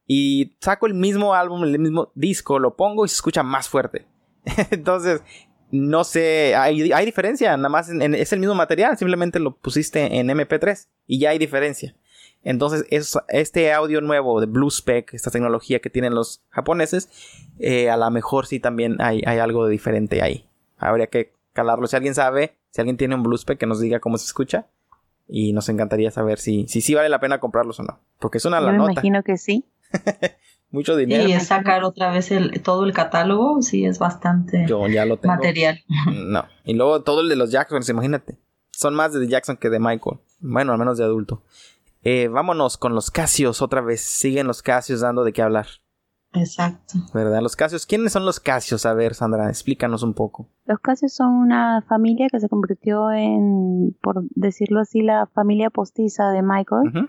Y saco el mismo álbum, el mismo disco, lo pongo y se escucha más fuerte. Entonces, no sé, hay diferencia, nada más es el mismo material, simplemente lo pusiste en MP3 y ya hay diferencia. Entonces este audio nuevo de Blue Spec, esta tecnología que tienen los japoneses, a lo mejor sí también hay algo de diferente ahí. Habría que calarlo. Si alguien sabe, si alguien tiene un Blue Spec, que nos diga cómo se escucha, y nos encantaría saber si vale la pena comprarlos o no, porque es una la nota. Me imagino que sí. Mucho dinero. Y sacar otra vez todo el catálogo, sí es bastante Yo ya lo tengo. Material. No. Y luego todo el de los Jacksons, imagínate. Son más de Jackson que de Michael. Bueno, al menos de adulto. Vámonos con los Casios otra vez. Siguen los Casios dando de qué hablar. Exacto. ¿Verdad? Los Casios. ¿Quiénes son los Casios? A ver, Sandra, explícanos un poco. Los Casios son una familia que se convirtió en, por decirlo así, la familia postiza de Michael. Uh-huh.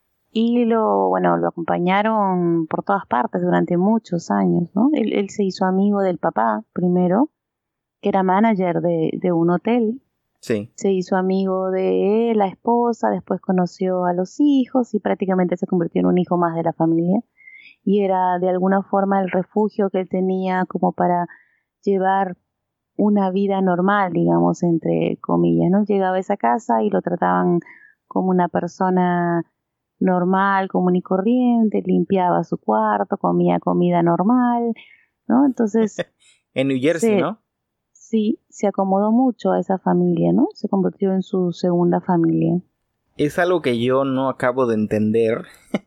Y lo acompañaron por todas partes durante muchos años, ¿no? Él se hizo amigo del papá primero, que era manager de un hotel. Sí. Se hizo amigo de la esposa, después conoció a los hijos y prácticamente se convirtió en un hijo más de la familia. Y era de alguna forma el refugio que él tenía como para llevar una vida normal, digamos, entre comillas, ¿no? Llegaba a esa casa y lo trataban como una persona normal, común y corriente, limpiaba su cuarto, comía comida normal, ¿no? Entonces... en New Jersey, ¿no? Sí, se acomodó mucho a esa familia, ¿no? Se convirtió en su segunda familia. Es algo que yo no acabo de entender.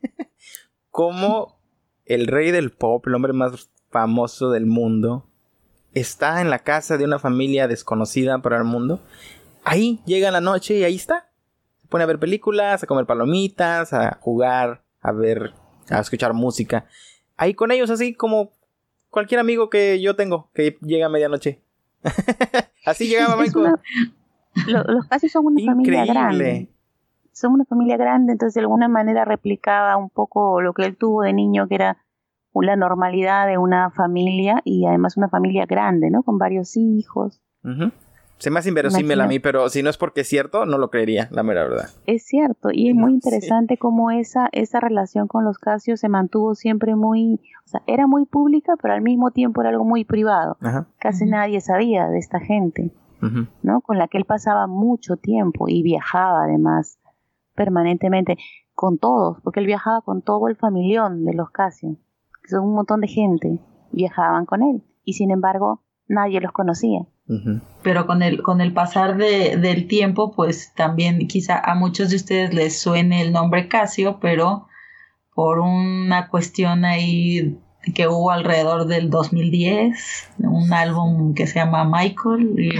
¿Cómo el rey del pop, el hombre más famoso del mundo, está en la casa de una familia desconocida para el mundo? Ahí llega la noche y ahí está. Se pone a ver películas, a comer palomitas, a jugar, a escuchar música. Ahí con ellos, así como cualquier amigo que yo tengo que llega a medianoche. Así llegaba Michael. Los Casios son una familia grande. Son una familia grande, entonces de alguna manera replicaba un poco lo que él tuvo de niño, que era la normalidad de una familia y además una familia grande, ¿no? Con varios hijos. Uh-huh. Se me hace inverosímil a mí, pero si no es porque es cierto, no lo creería, la mera verdad. Es cierto, y es muy interesante cómo esa relación con los Casios se mantuvo siempre muy... O sea, era muy pública, pero al mismo tiempo era algo muy privado. Uh-huh. Casi nadie sabía de esta gente, uh-huh, ¿no? Con la que él pasaba mucho tiempo y viajaba además permanentemente con todos, porque él viajaba con todo el familión de los Casios, que son un montón de gente, viajaban con él, y sin embargo nadie los conocía. Uh-huh. Pero con el pasar del tiempo, pues también quizá a muchos de ustedes les suene el nombre Casio, pero por una cuestión ahí que hubo alrededor del 2010, un álbum que se llama Michael y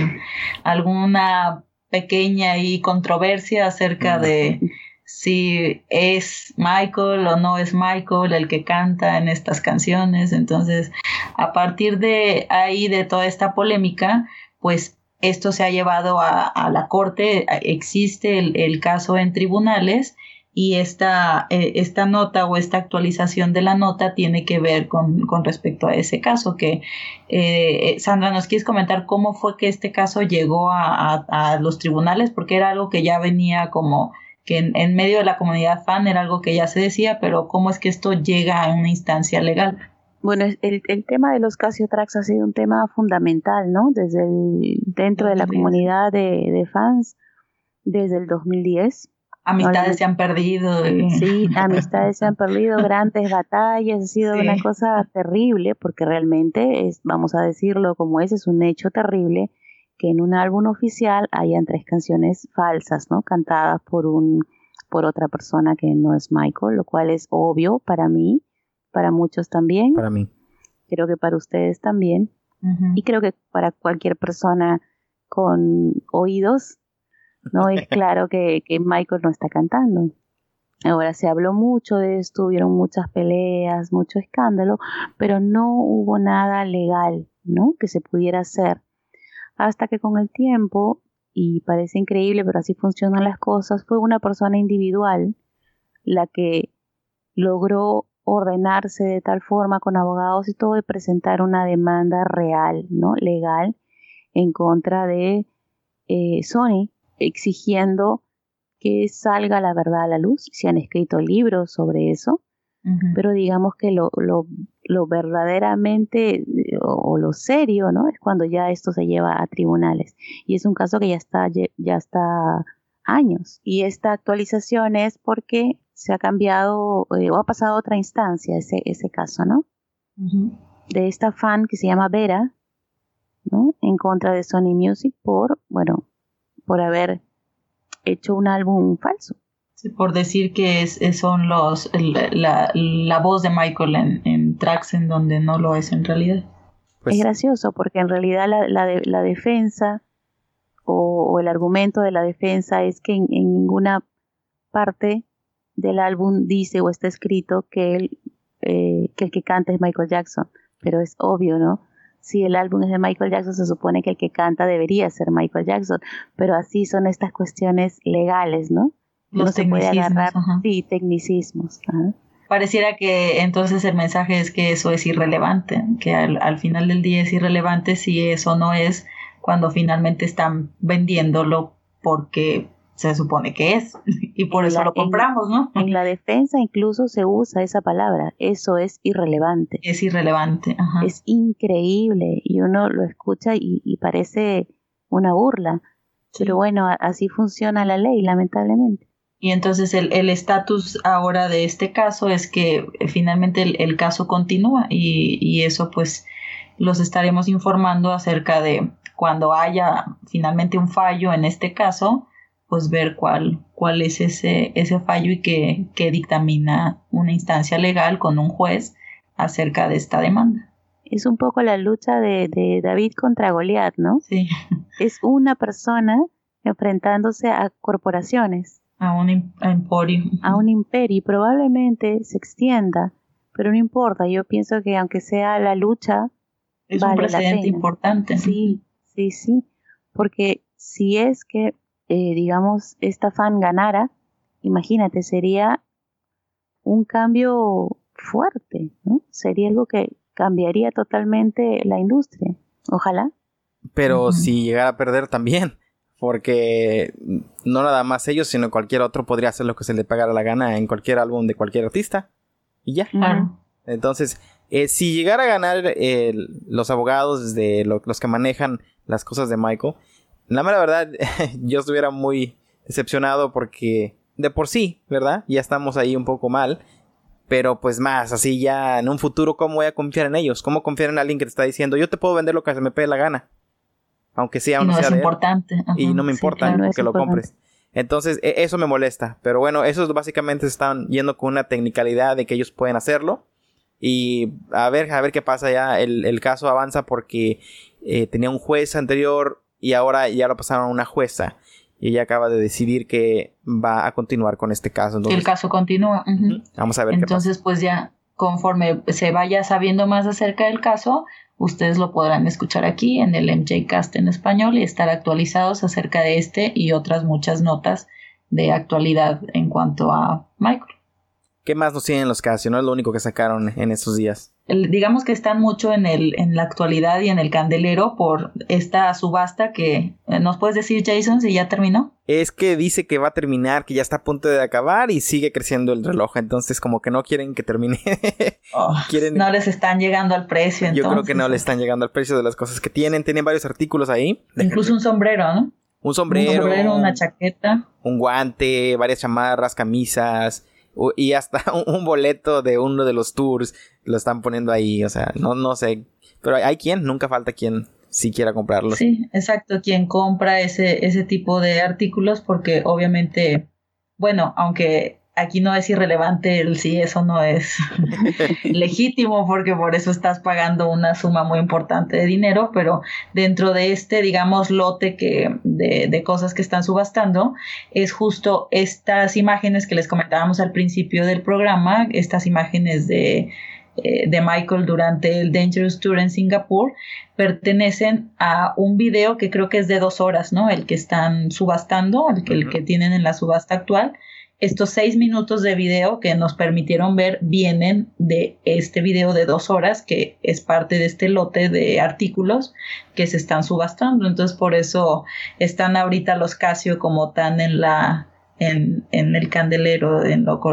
alguna pequeña y controversia acerca de si es Michael o no es Michael el que canta en estas canciones. Entonces, a partir de ahí, de toda esta polémica, pues esto se ha llevado a la corte. Existe el caso en tribunales y esta nota o esta actualización de la nota tiene que ver con respecto a ese caso. Que Sandra, ¿nos quieres comentar cómo fue que este caso llegó a los tribunales? Porque era algo que ya venía como que en medio de la comunidad fan era algo que ya se decía, pero ¿cómo es que esto llega a una instancia legal? Bueno, el tema de los Casio Tracks ha sido un tema fundamental, ¿no? Dentro de la comunidad de fans desde el 2010. Amistades se han perdido. Sí, amistades se han perdido, grandes batallas, ha sido una cosa terrible, porque realmente vamos a decirlo como es un hecho terrible que en un álbum oficial hayan 3 canciones falsas, ¿no? Cantadas por otra persona que no es Michael, lo cual es obvio para mí, para muchos también. Para mí. Creo que para ustedes también. Uh-huh. Y creo que para cualquier persona con oídos, ¿no? Es claro que Michael no está cantando. Ahora, se habló mucho de esto, hubieron muchas peleas, mucho escándalo, pero no hubo nada legal, ¿no? Que se pudiera hacer. Hasta que con el tiempo, y parece increíble, pero así funcionan las cosas, fue una persona individual la que logró ordenarse de tal forma con abogados y todo, de presentar una demanda real, ¿no? Legal, en contra de Sony, exigiendo que salga la verdad a la luz. Se han escrito libros sobre eso, uh-huh. Pero digamos que lo verdaderamente o lo serio, ¿no? Es cuando ya esto se lleva a tribunales, y es un caso que ya está años, y esta actualización es porque se ha cambiado o ha pasado a otra instancia ese caso, ¿no? Uh-huh. De esta fan que se llama Vera, ¿no? En contra de Sony Music por haber hecho un álbum falso. Sí, por decir que son la voz de Michael en tracks en donde no lo es en realidad. Pues, es gracioso porque en realidad la defensa o el argumento de la defensa es que en ninguna parte del álbum dice o está escrito que el que canta es Michael Jackson, pero es obvio, ¿no? Si el álbum es de Michael Jackson, se supone que el que canta debería ser Michael Jackson, pero así son estas cuestiones legales, ¿no? Los no se puede agarrar, ajá. Sí, tecnicismos. Ajá. Pareciera que entonces el mensaje es que eso es irrelevante, que al final del día es irrelevante si eso no es, cuando finalmente están vendiéndolo porque se supone que es, y por eso lo compramos, ¿no? En la defensa incluso se usa esa palabra, eso es irrelevante. Es irrelevante, ajá. Es increíble, y uno lo escucha y parece una burla, sí. Pero bueno, así funciona la ley, lamentablemente. Y entonces el estatus ahora de este caso es que finalmente el caso continúa, y eso pues los estaremos informando acerca de cuando haya finalmente un fallo en este caso, pues ver cuál es ese fallo y que dictamina una instancia legal con un juez acerca de esta demanda. Es un poco la lucha de David contra Goliat, ¿no? Sí. Es una persona enfrentándose a corporaciones. A un emporio. A un imperio, y probablemente se extienda, pero no importa. Yo pienso que aunque sea la lucha, es vale un precedente importante. Sí, porque si es que digamos, esta fan ganara, imagínate, sería un cambio fuerte, ¿no? Sería algo que cambiaría totalmente la industria. Ojalá. Pero si llegara a perder también, porque no nada más ellos, sino cualquier otro podría hacer lo que se le pagara la gana en cualquier álbum de cualquier artista. Y ya. Claro. Entonces, si llegara a ganar los abogados de los que manejan las cosas de Michael, la mera verdad, yo estuviera muy decepcionado porque de por sí, ¿verdad? Ya estamos ahí un poco mal, pero pues más, así ya en un futuro, ¿cómo voy a confiar en ellos? ¿Cómo confiar en alguien que te está diciendo, yo te puedo vender lo que se me pegue la gana? Aunque sea o no sea de él. Importante. Ajá, y no me importa, claro, que lo compres. Entonces, eso me molesta. Pero bueno, esos básicamente están yendo con una tecnicalidad de que ellos pueden hacerlo. Y a ver qué pasa ya. El caso avanza porque tenía un juez anterior y ahora ya lo pasaron a una jueza. Y ella acaba de decidir que va a continuar con este caso. Entonces, el caso continúa. Uh-huh. Vamos a ver qué pasa. Entonces, pues ya conforme se vaya sabiendo más acerca del caso, ustedes lo podrán escuchar aquí en el MJcast en español y estar actualizados acerca de este y otras muchas notas de actualidad en cuanto a Michael. ¿Qué más nos tienen los Casio? No es lo único que sacaron en estos días. Digamos que están mucho en la actualidad y en el candelero por esta subasta que... ¿Nos puedes decir, Jason, si ya terminó? Es que dice que va a terminar, que ya está a punto de acabar y sigue creciendo el reloj. Entonces como que no quieren que termine. No les están llegando al precio. Yo creo que no le están llegando al precio de las cosas que tienen. Tienen varios artículos ahí. Incluso un sombrero, ¿no? Un sombrero, una chaqueta. Un guante, varias chamarras, camisas... Y hasta un boleto de uno de los tours lo están poniendo ahí, o sea, no sé. Pero hay quien, nunca falta quien sí quiera comprarlos. Sí, exacto, quien compra ese tipo de artículos porque obviamente, bueno, aunque aquí no es irrelevante el si eso no es legítimo porque por eso estás pagando una suma muy importante de dinero, pero dentro de digamos, lote de cosas que están subastando es justo estas imágenes que les comentábamos al principio del programa, estas imágenes de Michael durante el Dangerous Tour en Singapur, pertenecen a un video que creo que es de 2 horas, ¿no? El que están subastando, el que tienen en la subasta actual. Estos 6 minutos de video que nos permitieron ver vienen de este video de 2 horas que es parte de este lote de artículos que se están subastando. Entonces por eso están ahorita los Casio como tan en el candelero,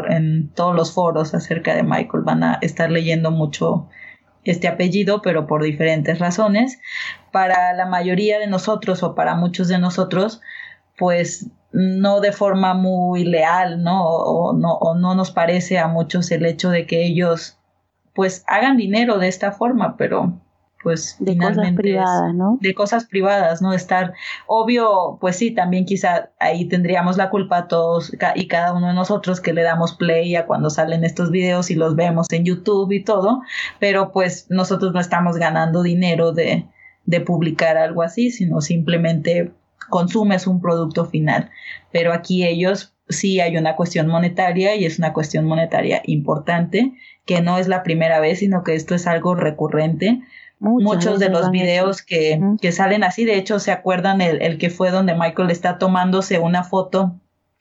en todos los foros acerca de Michael. Van a estar leyendo mucho este apellido, pero por diferentes razones. Para la mayoría de nosotros o para muchos de nosotros, pues no de forma muy leal, ¿no? O no nos parece a muchos el hecho de que ellos pues hagan dinero de esta forma, pero pues de finalmente cosas privadas, ¿no? De cosas privadas, ¿no? Estar obvio, pues sí, también quizá ahí tendríamos la culpa todos y cada uno de nosotros que le damos play a cuando salen estos videos y los vemos en YouTube y todo, pero pues nosotros no estamos ganando dinero de publicar algo así, sino simplemente consumes un producto final, pero aquí ellos sí hay una cuestión monetaria y es una cuestión monetaria importante, que no es la primera vez, sino que esto es algo recurrente. Muchos de los videos que salen así, de hecho, ¿se acuerdan el que fue donde Michael está tomándose una foto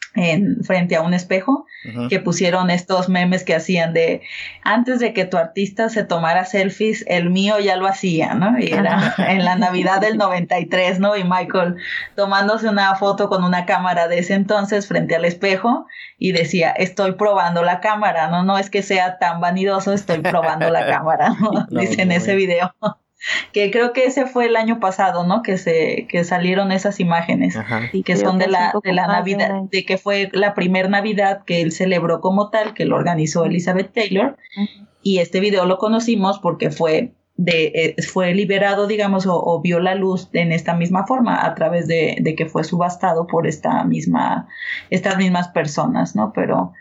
frente a un espejo? Que pusieron estos memes que hacían de antes de que tu artista se tomara selfies, el mío ya lo hacía, ¿no? Y era en la Navidad del 93, ¿no? Y Michael tomándose una foto con una cámara de ese entonces frente al espejo y decía, estoy probando la cámara, no es que sea tan vanidoso, estoy probando la cámara, ¿no? Dice en ese video. Que creo que ese fue el año pasado, ¿no? Que salieron esas imágenes. Ajá. Que son de la Navidad, de que fue la primer Navidad que él celebró como tal, que lo organizó Elizabeth Taylor. Uh-huh. Y este video lo conocimos porque fue liberado, digamos, o vio la luz en esta misma forma, a través de que fue subastado por estas mismas personas, ¿no? Pero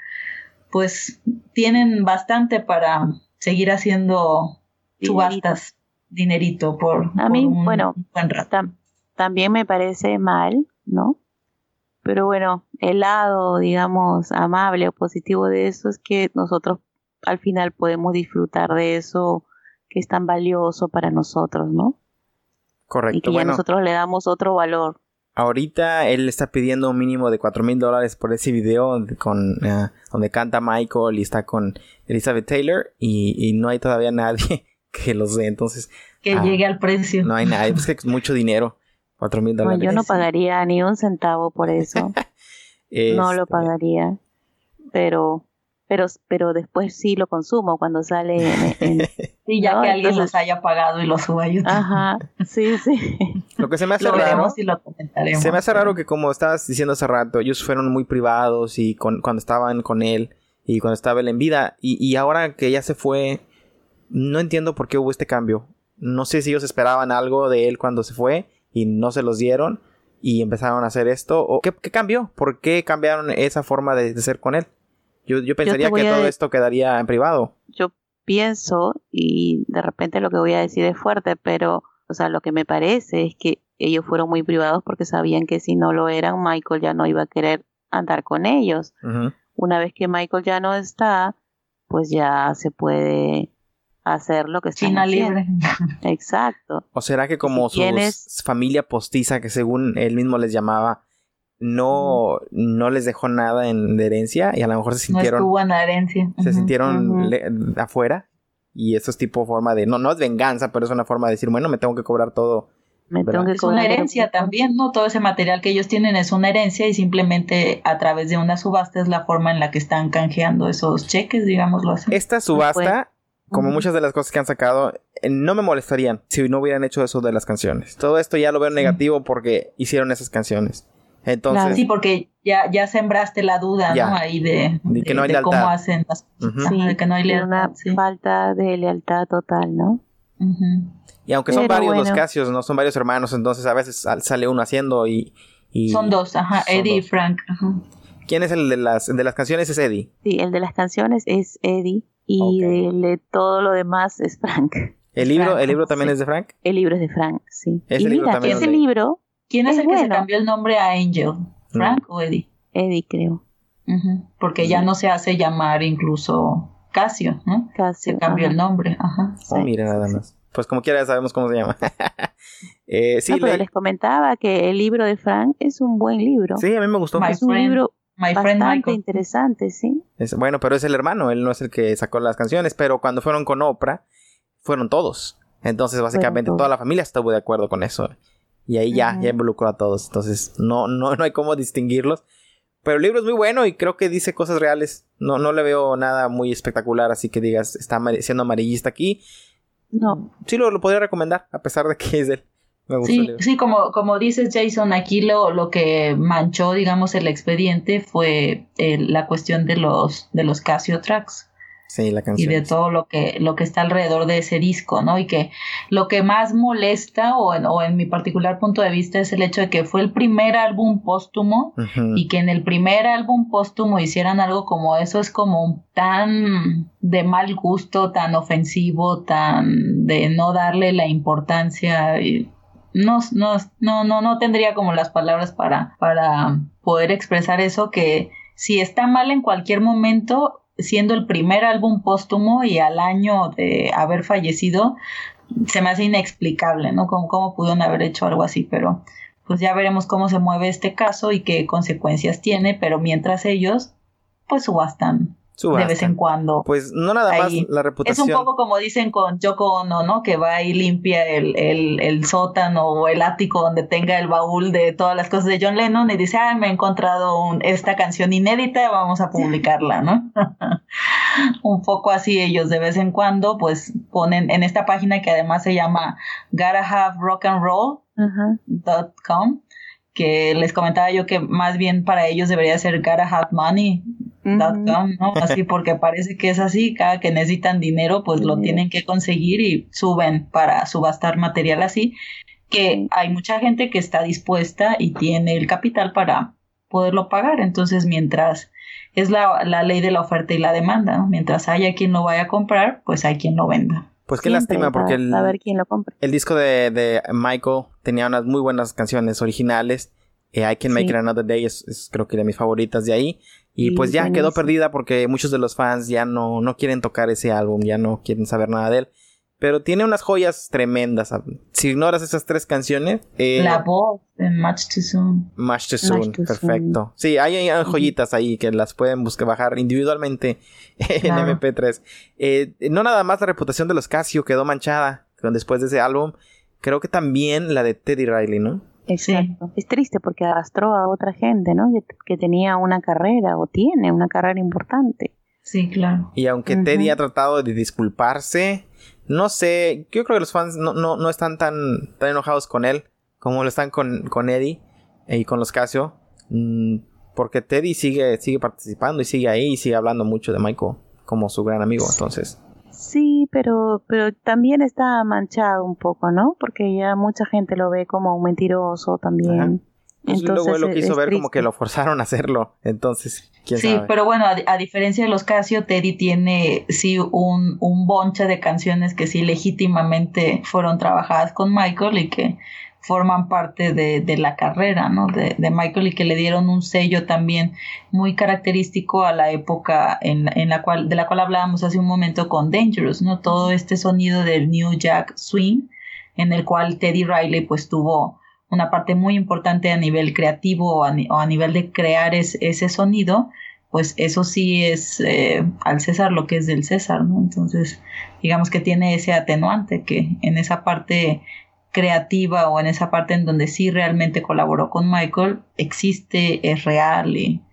pues tienen bastante para seguir haciendo subastas. Dinerito por un buen rato. También me parece mal, ¿no? Pero bueno, el lado, digamos, amable o positivo de eso es que nosotros al final podemos disfrutar de eso que es tan valioso para nosotros, ¿no? Correcto. Y que ya nosotros le damos otro valor. Ahorita él está pidiendo un mínimo de $4,000 por ese video donde canta Michael y está con Elizabeth Taylor y no hay todavía nadie que los dé, entonces que llegue al precio. No hay nadie, pues que es mucho dinero, $4,000. No, yo no pagaría ni un centavo por eso. No lo pagaría, pero después sí lo consumo cuando sale sí, ya, ¿no? Que alguien los haya pagado y lo suba a YouTube. Ajá, sí. Lo que se me hace raro, y lo comentaremos. Se me hace raro que, como estabas diciendo hace rato, ellos fueron muy privados y cuando estaban con él y cuando estaba él en vida y ahora que ya se fue, no entiendo por qué hubo este cambio. No sé si ellos esperaban algo de él cuando se fue y no se los dieron y empezaron a hacer esto. ¿O qué cambió? ¿Por qué cambiaron esa forma de ser con él? Yo pensaría que todo esto quedaría en privado. Yo pienso, y de repente lo que voy a decir es fuerte, pero, o sea, lo que me parece es que ellos fueron muy privados porque sabían que si no lo eran, Michael ya no iba a querer andar con ellos. Ujú. Una vez que Michael ya no está, pues ya se puede hacer lo que están China haciendo. libre. ¿O Exacto. será que como Si tienes- su familia postiza, que según él mismo les llamaba, no les dejó nada de herencia y a lo mejor se No sintieron, estuvo en la herencia. se Ujú. sintieron Ujú. afuera? Y eso es tipo forma de, no es venganza, pero es una forma de decir, bueno, me tengo que cobrar todo. Me ¿verdad? tengo que Es una cobrar herencia el- también, ¿no? Todo ese material que ellos tienen es una herencia y simplemente a través de una subasta es la forma en la que están canjeando esos cheques, digámoslo así. Esta subasta, como Ujú. muchas de las cosas que han sacado, no me molestarían si no hubieran hecho eso de las canciones. Todo esto ya lo veo negativo porque hicieron esas canciones. Entonces, Claro. Sí, porque ya sembraste la duda, Ya. ¿no? Ahí de que no hay lealtad. cómo hacen las cosas. Ujú. Ajá, Sí, de que no hay y lealtad. una Sí. falta de lealtad total, ¿no? Ujú. y aunque son Pero varios los bueno. Casios, ¿no? Son varios hermanos, entonces a veces sale uno haciendo y Son dos, ajá, son Eddie y dos. Frank. Ajá. ¿Quién es el de las canciones? Es Eddie. Sí, el de las canciones es Eddie y Ok. el de todo lo demás es Frank. ¿El libro Frank, también sí. es de Frank? El libro es de Frank, sí. Ese Y libro mira, también ese lo leí. libro, ¿Quién es Es el que se bueno. cambió el nombre a Angel? ¿Frank o Eddie? Eddie creo, Ujú. Porque ya no se hace llamar incluso Casio, ¿no? casi. Se cambió ajá. el nombre, ajá. Oh, Sí, mira, nada sí. más. Pues como quiera ya sabemos cómo se llama. Sí, No, pero les comentaba que el libro de Frank es un buen libro. sí, a mí me gustó. My Es un friend- libro My friend bastante Michael. interesante, sí. Bueno, pero es el hermano, él no es el que sacó las canciones, pero cuando fueron con Oprah, fueron todos. Entonces, básicamente, Fueron toda todos. la familia estuvo de acuerdo con eso. Y ahí ya Ujú. involucró a todos. Entonces, no hay cómo distinguirlos. Pero el libro es muy bueno y creo que dice cosas reales. No le veo nada muy espectacular, así que digas, está siendo amarillista aquí. No, Sí, lo podría recomendar, a pesar de que es él. Me gustó el Sí, libro. sí, como dices Jason, aquí lo que manchó, digamos, el expediente fue la cuestión de los Casio Tracks Sí, la y canción. de todo lo que está alrededor de ese disco, ¿no? Y que lo que más molesta, o en mi particular punto de vista, es el hecho de que fue el primer álbum póstumo Ujú. y que en el primer álbum póstumo hicieran algo como eso es como tan de mal gusto, tan ofensivo, tan de no darle la importancia. No tendría como las palabras para poder expresar eso, que si está mal en cualquier momento, siendo el primer álbum póstumo y al año de haber fallecido, se me hace inexplicable, ¿no? Cómo pudieron haber hecho algo así, pero pues ya veremos cómo se mueve este caso y qué consecuencias tiene, pero mientras ellos, pues subastan de vez en cuando. Pues no nada más Ahí. la Es reputación. un poco como dicen con Yoko Ono, ¿no? Que va y limpia el sótano o el ático donde tenga el baúl de todas las cosas de John Lennon y dice, me he encontrado esta canción inédita, vamos a publicarla, ¿no? Un poco así ellos de vez en cuando pues ponen en esta página que además se llama gottahaverockandroll.com, que les comentaba yo que más bien para ellos debería ser gottahavemoney.com, ¿no? Así, porque parece que es así, cada que necesitan dinero pues lo tienen que conseguir y suben para subastar material así, que hay mucha gente que está dispuesta y tiene el capital para poderlo pagar. Entonces, mientras es la ley de la oferta y la demanda, ¿no? Mientras haya quien lo vaya a comprar, pues hay quien lo venda. Pues qué siempre lástima, porque va a ver quién lo compra. el disco de Michael tenía unas muy buenas canciones originales. I Can Make It Another Day es creo que de mis favoritas de ahí. Y pues ya quedó perdida porque muchos de los fans ya no quieren tocar ese álbum, ya no quieren saber nada de él. Pero tiene unas joyas tremendas. Si ignoras esas 3 canciones... la voz en Much Too Soon. Much Too Soon, perfecto. Sí, hay joyitas ahí que las pueden bajar individualmente en MP3. No nada más la reputación de los Casio quedó manchada después de ese álbum. Creo que también la de Teddy Riley, ¿no? Exacto. Sí. Es triste porque arrastró a otra gente, ¿no? Que tenía una carrera o tiene una carrera importante. Sí, claro. Y aunque Teddy ha tratado de disculparse, no sé, yo creo que los fans no están tan enojados con él como lo están con Eddie y con los Casio, porque Teddy sigue participando y sigue ahí y sigue hablando mucho de Michael como su gran amigo, entonces. Sí, pero también está manchado un poco, ¿no? Porque ya mucha gente lo ve como un mentiroso también. Ajá. Pues Entonces, luego él lo quiso ver triste. como que lo forzaron a hacerlo. Entonces, quién Sí, sabe. pero bueno, a diferencia de los Casio, Teddy tiene sí un bonche de canciones que sí legítimamente fueron trabajadas con Michael y que forman parte de la carrera, ¿no? De Michael, y que le dieron un sello también muy característico a la época de la cual hablábamos hace un momento con Dangerous, ¿no? Todo este sonido del New Jack Swing, en el cual Teddy Riley pues tuvo una parte muy importante a nivel creativo o a nivel de crear ese sonido. Pues eso sí es al César lo que es del César, ¿no? Entonces, digamos que tiene ese atenuante que en esa parte creativa o en esa parte en donde sí realmente colaboró con Michael, existe, es real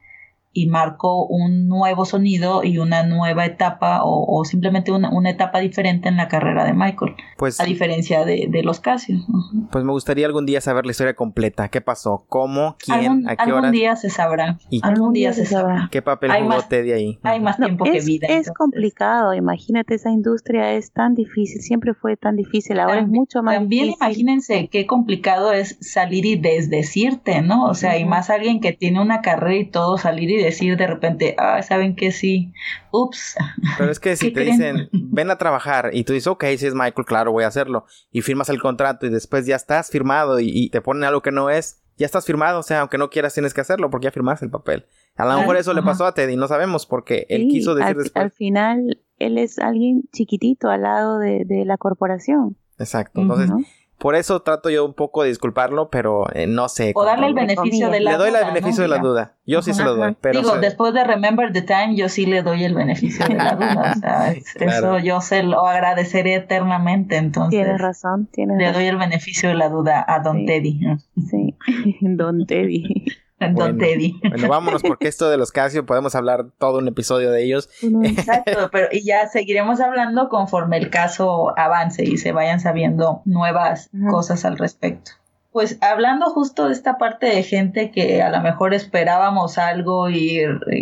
y marcó un nuevo sonido y una nueva etapa o simplemente una etapa diferente en la carrera de Michael, Pues, a diferencia de los Casio. Uh-huh. Pues me gustaría algún día saber la historia completa. ¿Qué pasó? ¿Cómo? ¿Quién? ¿A qué hora? Algún día se sabrá. ¿Y Algún día se sabrá. qué papel Hay jugó más- Teddy ahí? Hay más tiempo que vida. Es entonces. complicado, imagínate, esa industria es tan difícil, siempre fue tan difícil, ahora es mucho más También difícil. imagínense qué complicado es salir y desdecirte, ¿no? O sea, y más alguien que tiene una carrera y todo, salir y decir de repente, ¿saben qué? Sí, ups. Pero es que si ¿Qué te creen? dicen, ven a trabajar, y tú dices, ok, si es Michael, claro, voy a hacerlo, y firmas el contrato, y después ya estás firmado, y te ponen algo que no es, ya estás firmado, o sea, aunque no quieras tienes que hacerlo, porque ya firmaste el papel. A lo mejor eso le pasó a Teddy, no sabemos, porque él Sí, quiso decir al después. final él es alguien chiquitito al lado de la corporación. Exacto, entonces, ¿no? por eso trato yo un poco de disculparlo, pero no sé. O darle el cómo. beneficio de la Le doy duda, el beneficio de la duda. Yo sí se lo doy, pero... Digo, después de Remember the Time, yo sí le doy el beneficio de la duda. O sea, Claro. eso yo se lo agradeceré eternamente. Entonces, Tienes razón, le doy el beneficio de la duda a Don Sí. Teddy. Sí, Don Teddy. Don Teddy. Bueno, vámonos, porque esto de los Casio podemos hablar todo un episodio de ellos. Exacto, pero y ya seguiremos hablando conforme el caso avance y se vayan sabiendo nuevas cosas al respecto. Pues hablando justo de esta parte de gente que a lo mejor esperábamos algo y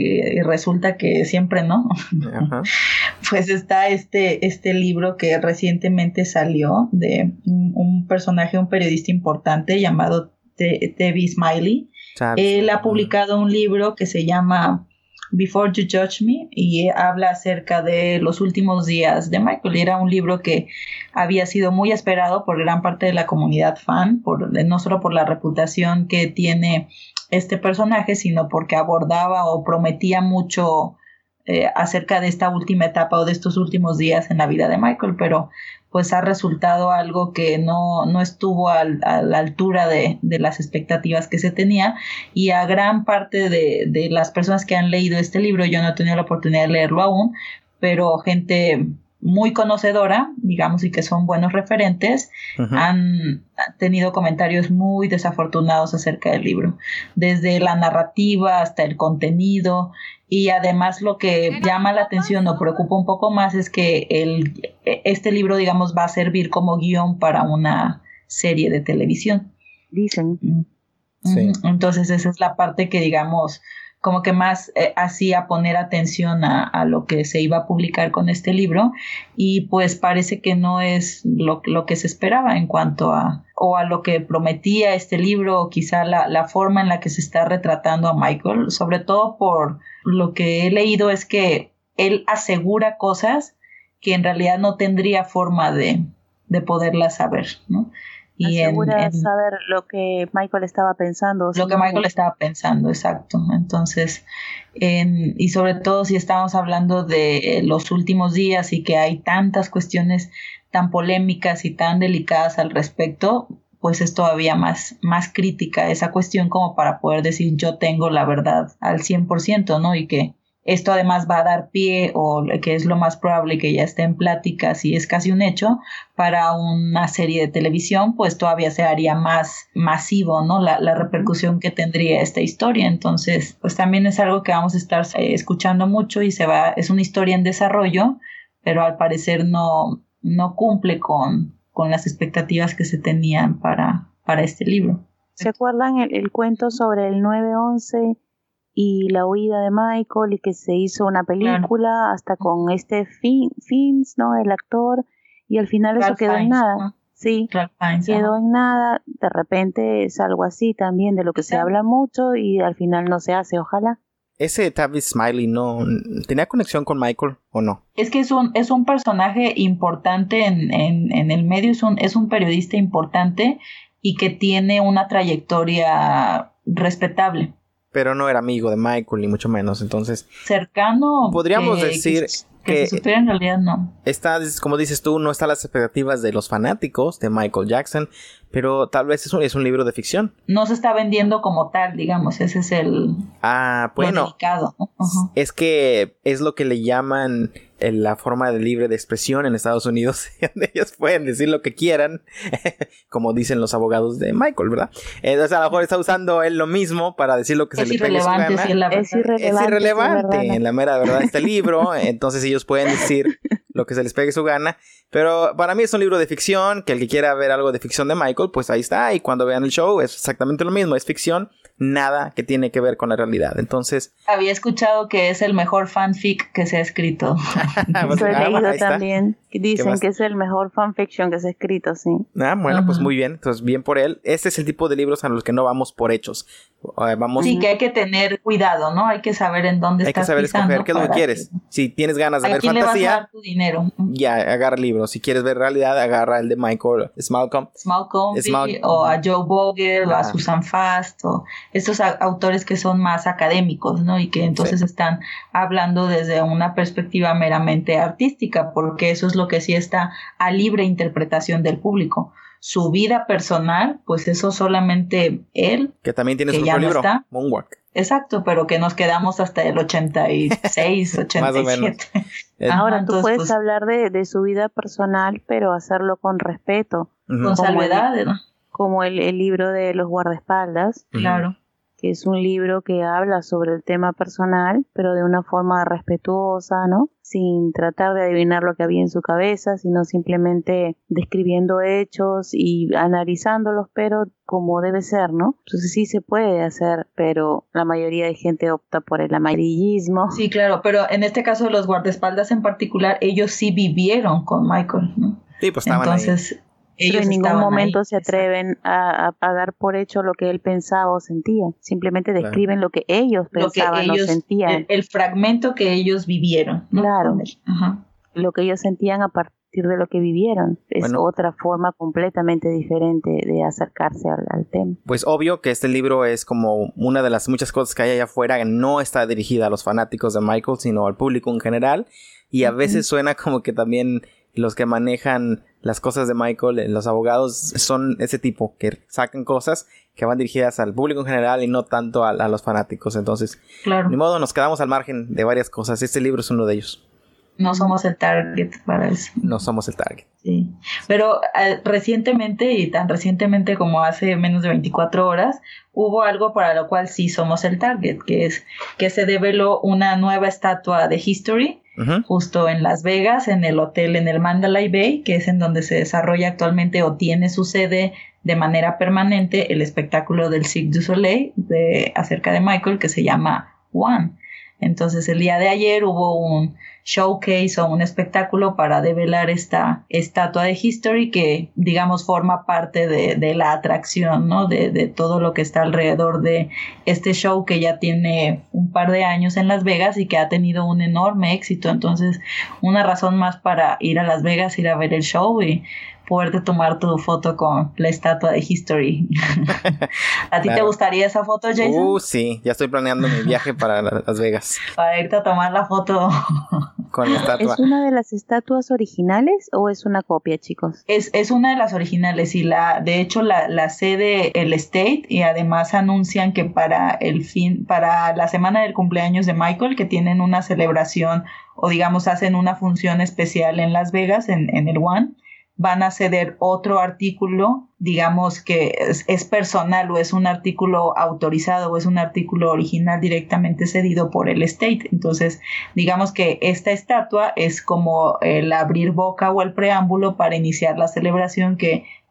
resulta que siempre no. Ajá. Pues está este libro que recientemente salió de un personaje, un periodista importante llamado Debbie Smiley. Él ha publicado un libro que se llama Before You Judge Me y habla acerca de los últimos días de Michael. Y era un libro que había sido muy esperado por gran parte de la comunidad fan, no solo por la reputación que tiene este personaje, sino porque abordaba o prometía mucho acerca de esta última etapa o de estos últimos días en la vida de Michael, pero pues ha resultado algo que no estuvo a la altura de las expectativas que se tenía, y a gran parte de las personas que han leído este libro, yo no he tenido la oportunidad de leerlo aún, pero gente muy conocedora, digamos, y que son buenos referentes, han tenido comentarios muy desafortunados acerca del libro, desde la narrativa hasta el contenido. Y además lo que llama la atención o preocupa un poco más es que este libro, digamos, va a servir como guión para una serie de televisión. Dicen. Sí. Entonces esa es la parte que, digamos, como que más hacía poner atención a lo que se iba a publicar con este libro, y pues parece que no es lo que se esperaba en cuanto a lo que prometía este libro, o quizá la forma en la que se está retratando a Michael. Sobre todo por lo que he leído es que él asegura cosas que en realidad no tendría forma de poderlas saber, ¿no? Y asegura saber lo que Michael estaba pensando. Lo que Michael estaba pensando, exacto. Entonces, y sobre todo si estamos hablando de los últimos días y que hay tantas cuestiones tan polémicas y tan delicadas al respecto, pues es todavía más crítica esa cuestión como para poder decir yo tengo la verdad al 100%, ¿no? Y que esto además va a dar pie, o que es lo más probable que ya esté en pláticas y es casi un hecho, para una serie de televisión, pues todavía se haría más masivo, ¿no? La repercusión que tendría esta historia. Entonces, pues también es algo que vamos a estar escuchando mucho, y es una historia en desarrollo, pero al parecer no cumple con las expectativas que se tenían para este libro. ¿Se acuerdan el cuento sobre el 9/11 y la huida de Michael, y que se hizo una película, claro, hasta con Fiennes, ¿no? El actor, y al final Ralph eso quedó Fiennes, en nada. ¿No? Sí, quedó en nada. De repente es algo así también, de lo que se habla mucho y al final no se hace, ojalá. ¿Ese Tavis Smiley no tenía conexión con Michael o no? Es que es un personaje importante en el medio, es un periodista importante y que tiene una trayectoria respetable. Pero no era amigo de Michael, ni mucho menos, entonces... Cercano. Podríamos decir que se supiera, en realidad no. Está, como dices tú, no está a las expectativas de los fanáticos de Michael Jackson, pero tal vez es un libro de ficción. No se está vendiendo como tal, digamos, ese es el... bueno, lo delicado, ¿no? Uh-huh. Es que es lo que le llaman la forma de libre de expresión en Estados Unidos, donde ellos pueden decir lo que quieran, como dicen los abogados de Michael, ¿verdad? Entonces a lo mejor está usando él lo mismo para decir lo que se le pegue su gana. Es irrelevante en la mera verdad este libro, entonces ellos pueden decir lo que se les pegue su gana, pero para mí es un libro de ficción, que el que quiera ver algo de ficción de Michael, pues ahí está, y cuando vean el show es exactamente lo mismo, es ficción, nada que tiene que ver con la realidad. Entonces, había escuchado que es el mejor fanfic que se ha escrito. Lo he leído también. Dicen que es el mejor fanfiction que se ha escrito, sí. Bueno, pues muy bien. Entonces, bien por él. Este es el tipo de libros a los que no vamos por hechos. Sí, que hay que tener cuidado, ¿no? Hay que saber en dónde estás pisando. Hay que saber escoger qué es lo que quieres. Si tienes ganas de ver fantasía, ¿a quién le vas a dar tu dinero? Ya, agarra el libro. Si quieres ver realidad, agarra el de Michael Malcolm. O a Joe Vogel, o a Susan Fast, o estos autores que son más académicos, ¿no? Y que entonces están hablando desde una perspectiva meramente artística, porque eso es lo que sí está a libre interpretación del público. Su vida personal, pues eso solamente él, que también tiene su propio libro, está. Moonwalk. Exacto, pero que nos quedamos hasta el 86, 87. Más o menos. Ahora tú puedes hablar de su vida personal, pero hacerlo con respeto. Con salvedades, ¿no? Como el libro de los guardaespaldas. Claro. Que es un libro que habla sobre el tema personal, pero de una forma respetuosa, ¿no? Sin tratar de adivinar lo que había en su cabeza, sino simplemente describiendo hechos y analizándolos, pero como debe ser, ¿no? Entonces sí se puede hacer, pero la mayoría de gente opta por el amarillismo. Sí, claro, pero en este caso los guardaespaldas en particular, ellos sí vivieron con Michael, ¿no? Sí, pues estaban Entonces, ahí. Pero en ningún momento se atreven a dar por hecho lo que él pensaba o sentía. Simplemente describen lo que ellos pensaban o sentían. El fragmento que ellos vivieron, ¿no? Claro. Lo que ellos sentían a partir de lo que vivieron. Es otra forma completamente diferente de acercarse al tema. Pues obvio que este libro es como una de las muchas cosas que hay allá afuera, que no está dirigida a los fanáticos de Michael, sino al público en general. Y a veces suena como que también los que manejan las cosas de Michael, los abogados, son ese tipo que sacan cosas que van dirigidas al público en general y no tanto a los fanáticos. Entonces, ni modo, nos quedamos al margen de varias cosas. Este libro es uno de ellos. No somos el target para eso. No somos el target. Sí, pero recientemente, y tan recientemente como hace menos de 24 horas, hubo algo para lo cual sí somos el target, que es que se develó una nueva estatua de History, justo en Las Vegas, en el hotel, en el Mandalay Bay, que es en donde se desarrolla actualmente o tiene su sede de manera permanente el espectáculo del Cirque du Soleil acerca de Michael, que se llama One. Entonces el día de ayer hubo un showcase o un espectáculo para develar esta estatua de History que, digamos, forma parte de la atracción, ¿no? De todo lo que está alrededor de este show que ya tiene un par de años en Las Vegas y que ha tenido un enorme éxito. Entonces, una razón más para ir a Las Vegas, ir a ver el show y poderte tomar tu foto con la estatua de History. ¿A ti te gustaría esa foto, Jason? Sí, ya estoy planeando mi viaje para Las Vegas. Para irte a tomar la foto con la estatua. ¿Es una de las estatuas originales o es una copia, chicos? Es una de las originales y de hecho la sede el State, y además anuncian que para la semana del cumpleaños de Michael, que tienen una celebración o digamos hacen una función especial en Las Vegas en el One, van a ceder otro artículo, digamos que es personal o es un artículo autorizado o es un artículo original directamente cedido por el State. Entonces, digamos que esta estatua es como el abrir boca o el preámbulo para iniciar la celebración que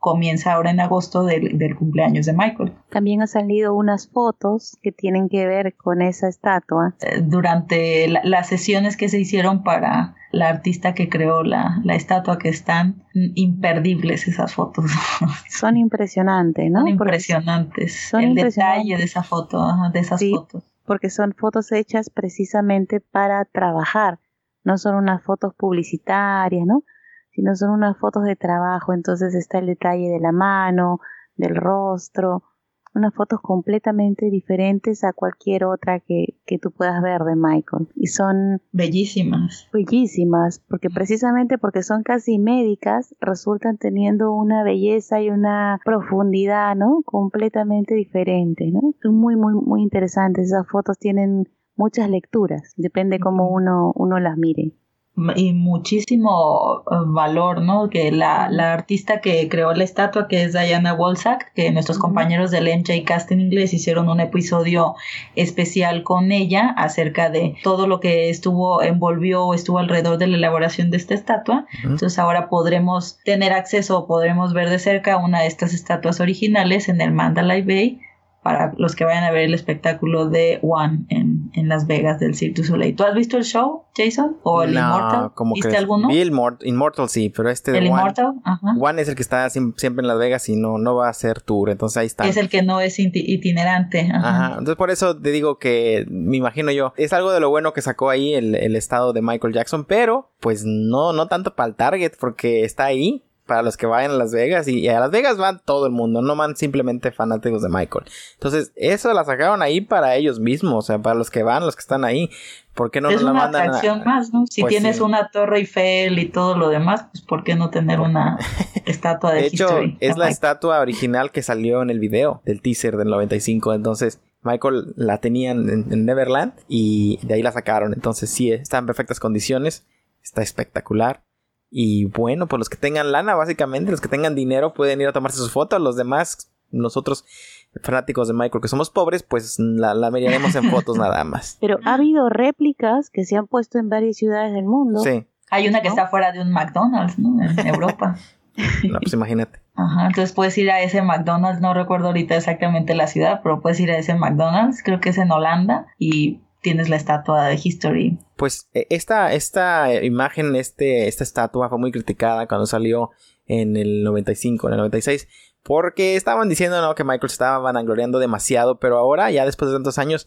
comienza ahora en agosto del cumpleaños de Michael. También han salido unas fotos que tienen que ver con esa estatua. Durante las sesiones que se hicieron para la artista que creó la estatua, que están imperdibles esas fotos. Son impresionantes, ¿no? Son impresionantes. El detalle de esa foto, de esas fotos. Porque son fotos hechas precisamente para trabajar. No son unas fotos publicitarias, ¿no? Sino son unas fotos de trabajo. Entonces está el detalle de la mano, del rostro, unas fotos completamente diferentes a cualquier otra que tú puedas ver de Michael. Y son bellísimas, porque precisamente porque son casi médicas, resultan teniendo una belleza y una profundidad, ¿no? Completamente diferente, ¿no? Son muy, muy, muy interesantes. Esas fotos tienen muchas lecturas, depende cómo uno las mire. Y muchísimo valor, ¿no? Que la artista que creó la estatua, que es Diana Wolczak, que nuestros compañeros del MJ Cast en inglés hicieron un episodio especial con ella acerca de todo lo que estuvo alrededor de la elaboración de esta estatua. Entonces ahora podremos tener acceso, podremos ver de cerca una de estas estatuas originales en el Mandalay Bay, para los que vayan a ver el espectáculo de One en Las Vegas del Cirque du Soleil. ¿Tú has visto el show, Jason? ¿O el Immortal? ¿Viste alguno? Vi el Immortal, sí, pero de One, Immortal, One es el que está siempre en Las Vegas y no va a hacer tour, entonces ahí está. Es el que no es itinerante. Ajá. Entonces por eso te digo que me imagino yo, es algo de lo bueno que sacó ahí el estado de Michael Jackson, pero pues no tanto para el target, porque está ahí para los que vayan a Las Vegas, y a Las Vegas van todo el mundo, no van simplemente fanáticos de Michael. Entonces eso la sacaron ahí para ellos mismos, o sea, para los que van, los que están ahí. ¿Por qué no es la una mandan atracción más, ¿no? Si pues tienes una Torre Eiffel y todo lo demás, pues ¿por qué no tener una estatua de History? De hecho, es la estatua original que salió en el video del teaser del 95, entonces Michael la tenían en Neverland y de ahí la sacaron. Entonces sí, está en perfectas condiciones, está espectacular. Y bueno, pues los que tengan lana, básicamente, los que tengan dinero pueden ir a tomarse sus fotos. Los demás, nosotros fanáticos de Michael que somos pobres, pues la miraremos en fotos nada más. Pero ha habido réplicas que se han puesto en varias ciudades del mundo. Sí. Hay una que está fuera de un McDonald's, ¿no? En Europa. No, pues imagínate. Ajá, entonces puedes ir a ese McDonald's, no recuerdo ahorita exactamente la ciudad, pero puedes ir a ese McDonald's, creo que es en Holanda, y tienes la estatua de History. Pues esta imagen, esta estatua fue muy criticada cuando salió en el 95, en el 96, porque estaban diciendo, ¿no?, que Michael se estaba vanagloriando demasiado, pero ahora, ya después de tantos años,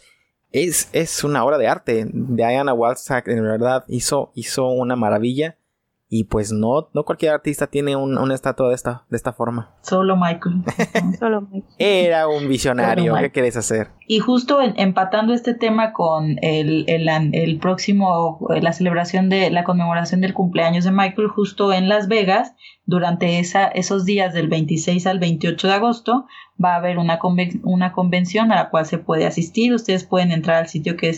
es una obra de arte. Diana Wolczak, en verdad, hizo una maravilla. Y pues no cualquier artista tiene una estatua de esta forma. Solo Michael. Solo Michael. Era un visionario. ¿Qué querés hacer? Y justo empatando este tema con el próximo, la celebración de la conmemoración del cumpleaños de Michael, justo en Las Vegas, durante esos días del 26 al 28 de agosto, va a haber una convención a la cual se puede asistir. Ustedes pueden entrar al sitio que es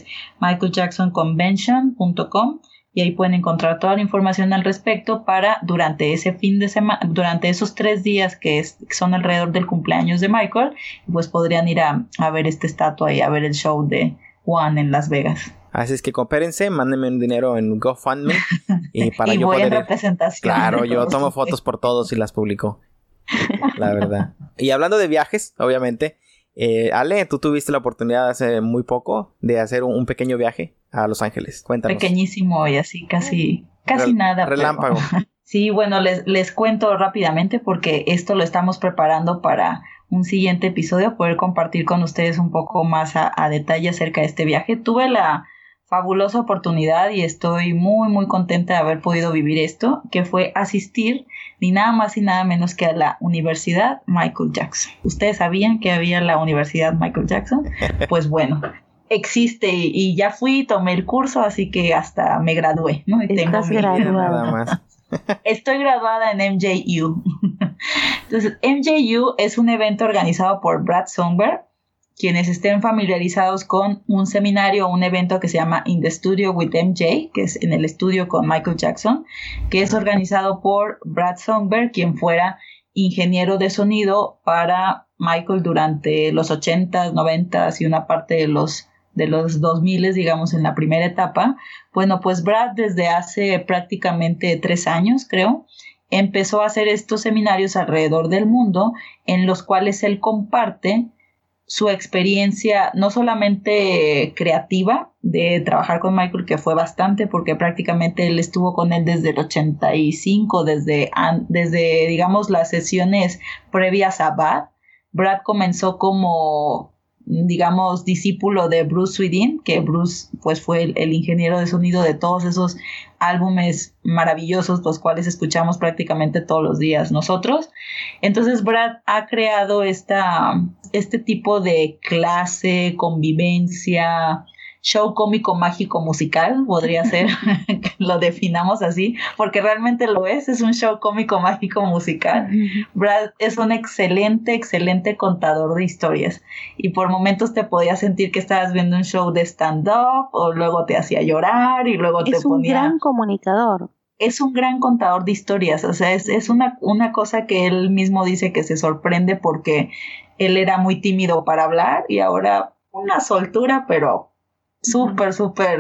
michaeljacksonconvention.com. Y ahí pueden encontrar toda la información al respecto para durante ese fin de semana, durante esos 3 días que son alrededor del cumpleaños de Michael, pues podrían ir a ver esta estatua y a ver el show de One en Las Vegas. Así es que coopérense, mándenme un dinero en GoFundMe para y yo voy poder en representación. Claro, yo tomo fotos por todos y las publico. La verdad. Y hablando de viajes, obviamente, Ale, tú tuviste la oportunidad hace muy poco de hacer un pequeño viaje a Los Ángeles. Cuéntanos. Pequeñísimo y así casi nada. Relámpago. Pero, sí, bueno, les cuento rápidamente porque esto lo estamos preparando para un siguiente episodio, poder compartir con ustedes un poco más a detalle acerca de este viaje. Tuve la fabulosa oportunidad y estoy muy muy contenta de haber podido vivir esto, que fue asistir ni nada más y nada menos que a la Universidad Michael Jackson. ¿Ustedes sabían que había la Universidad Michael Jackson? Pues bueno, existe y ya fui, tomé el curso, así que hasta me gradué, ¿no? Y Estás graduada. Nada más. Estoy graduada en MJU. Entonces, MJU es un evento organizado por Brad Songberg. Quienes estén familiarizados con un seminario o un evento que se llama In the Studio with MJ, que es en el estudio con Michael Jackson, que es organizado por Brad Songberg, quien fuera ingeniero de sonido para Michael durante los 80s, 90s y una parte de los 2000, digamos, en la primera etapa. Bueno, pues Brad desde hace prácticamente 3 años, creo, empezó a hacer estos seminarios alrededor del mundo en los cuales él comparte su experiencia no solamente creativa de trabajar con Michael, que fue bastante porque prácticamente él estuvo con él desde el 85, desde digamos las sesiones previas a Bad. Brad comenzó como, digamos, discípulo de Bruce Swedien, que Bruce pues fue el ingeniero de sonido de todos esos álbumes maravillosos, los cuales escuchamos prácticamente todos los días nosotros. Entonces Brad ha creado este tipo de clase, convivencia, show cómico, mágico, musical, podría ser, que lo definamos así, porque realmente lo es un show cómico, mágico, musical. Brad es un excelente contador de historias, y por momentos te podías sentir que estabas viendo un show de stand-up, o luego te hacía llorar, y luego te ponía... Es un gran comunicador. Es un gran contador de historias, o sea, es una cosa que él mismo dice que se sorprende porque él era muy tímido para hablar, y ahora una soltura, pero... súper,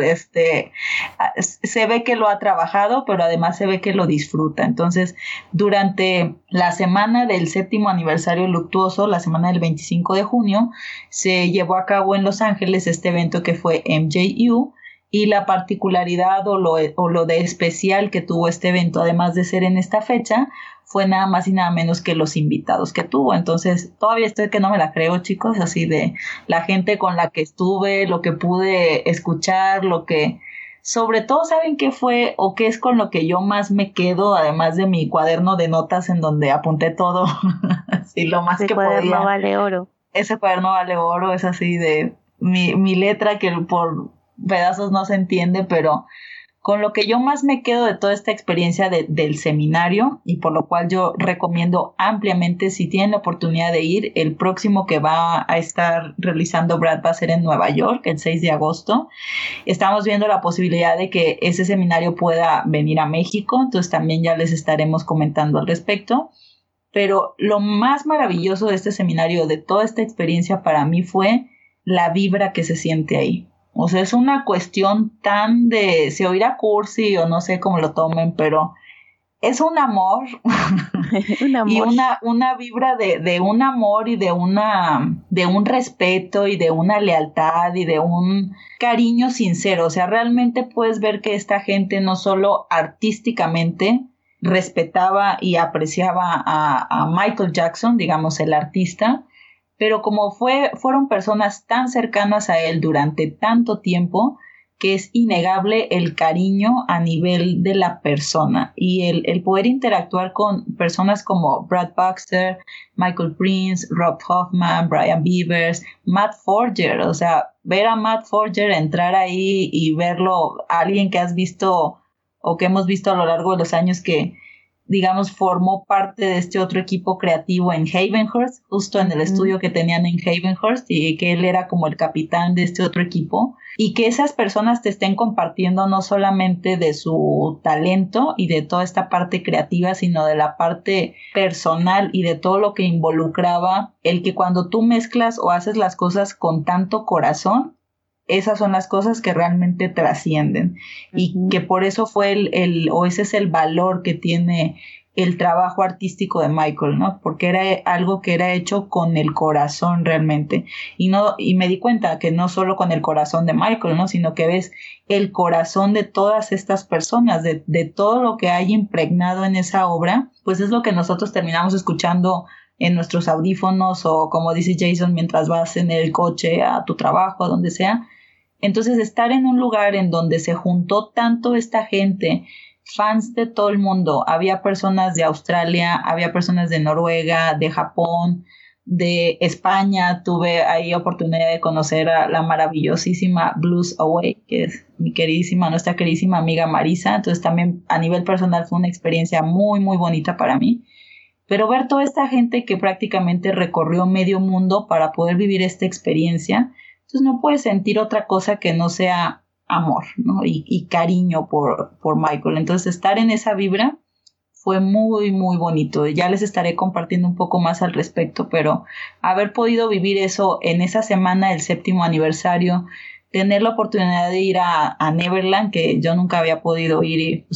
se ve que lo ha trabajado, pero además se ve que lo disfruta. Entonces, durante la semana del 7º aniversario luctuoso, la semana del 25 de junio, se llevó a cabo en Los Ángeles este evento que fue MJU, y la particularidad o lo de especial que tuvo este evento, además de ser en esta fecha, fue nada más y nada menos que los invitados que tuvo. Entonces, todavía estoy que no me la creo, chicos, así de la gente con la que estuve, lo que pude escuchar, lo que... Sobre todo, ¿saben qué fue o qué es con lo que yo más me quedo, además de mi cuaderno de notas en donde apunté todo? Así, lo más que podía. Ese cuaderno vale oro. Ese cuaderno vale oro, es así de mi letra que por pedazos no se entiende, pero con lo que yo más me quedo de toda esta experiencia del seminario, y por lo cual yo recomiendo ampliamente, si tienen la oportunidad de ir, el próximo que va a estar realizando Brad va a ser en Nueva York, el 6 de agosto. Estamos viendo la posibilidad de que ese seminario pueda venir a México, entonces también ya les estaremos comentando al respecto. Pero lo más maravilloso de este seminario, de toda esta experiencia para mí, fue la vibra que se siente ahí. O sea, es una cuestión tan de... Se oirá cursi o no sé cómo lo tomen, pero es un amor. Un amor. Y una vibra de un amor y de un respeto y de una lealtad y de un cariño sincero. O sea, realmente puedes ver que esta gente no solo artísticamente respetaba y apreciaba a Michael Jackson, digamos, el artista, pero como fueron personas tan cercanas a él durante tanto tiempo, que es innegable el cariño a nivel de la persona, y el poder interactuar con personas como Brad Baxter, Michael Prince, Rob Hoffman, Brian Beavers, Matt Forger. O sea, ver a Matt Forger entrar ahí y verlo, alguien que has visto o que hemos visto a lo largo de los años, que digamos formó parte de este otro equipo creativo en Havenhurst, justo en el estudio que tenían en Havenhurst, y que él era como el capitán de este otro equipo, y que esas personas te estén compartiendo no solamente de su talento y de toda esta parte creativa, sino de la parte personal y de todo lo que involucraba el que cuando tú mezclas o haces las cosas con tanto corazón, esas son las cosas que realmente trascienden, y que por eso fue ese es el valor que tiene el trabajo artístico de Michael, ¿no? Porque era algo que era hecho con el corazón realmente, y me di cuenta que no solo con el corazón de Michael, ¿no? Sino que ves el corazón de todas estas personas, de todo lo que hay impregnado en esa obra, pues es lo que nosotros terminamos escuchando en nuestros audífonos, o como dice Jason, mientras vas en el coche a tu trabajo, a donde sea. Entonces, estar en un lugar en donde se juntó tanto esta gente, fans de todo el mundo, había personas de Australia, había personas de Noruega, de Japón, de España. Tuve ahí oportunidad de conocer a la maravillosísima Blues Away, que es nuestra queridísima amiga Marisa. Entonces, también a nivel personal fue una experiencia muy, muy bonita para mí. Pero ver toda esta gente que prácticamente recorrió medio mundo para poder vivir esta experiencia, entonces no puedes sentir otra cosa que no sea amor, ¿no? Y cariño por Michael. Entonces, estar en esa vibra fue muy, muy bonito. Ya les estaré compartiendo un poco más al respecto, pero haber podido vivir eso en esa semana del 7º aniversario, tener la oportunidad de ir a Neverland, que yo nunca había podido ir, y pues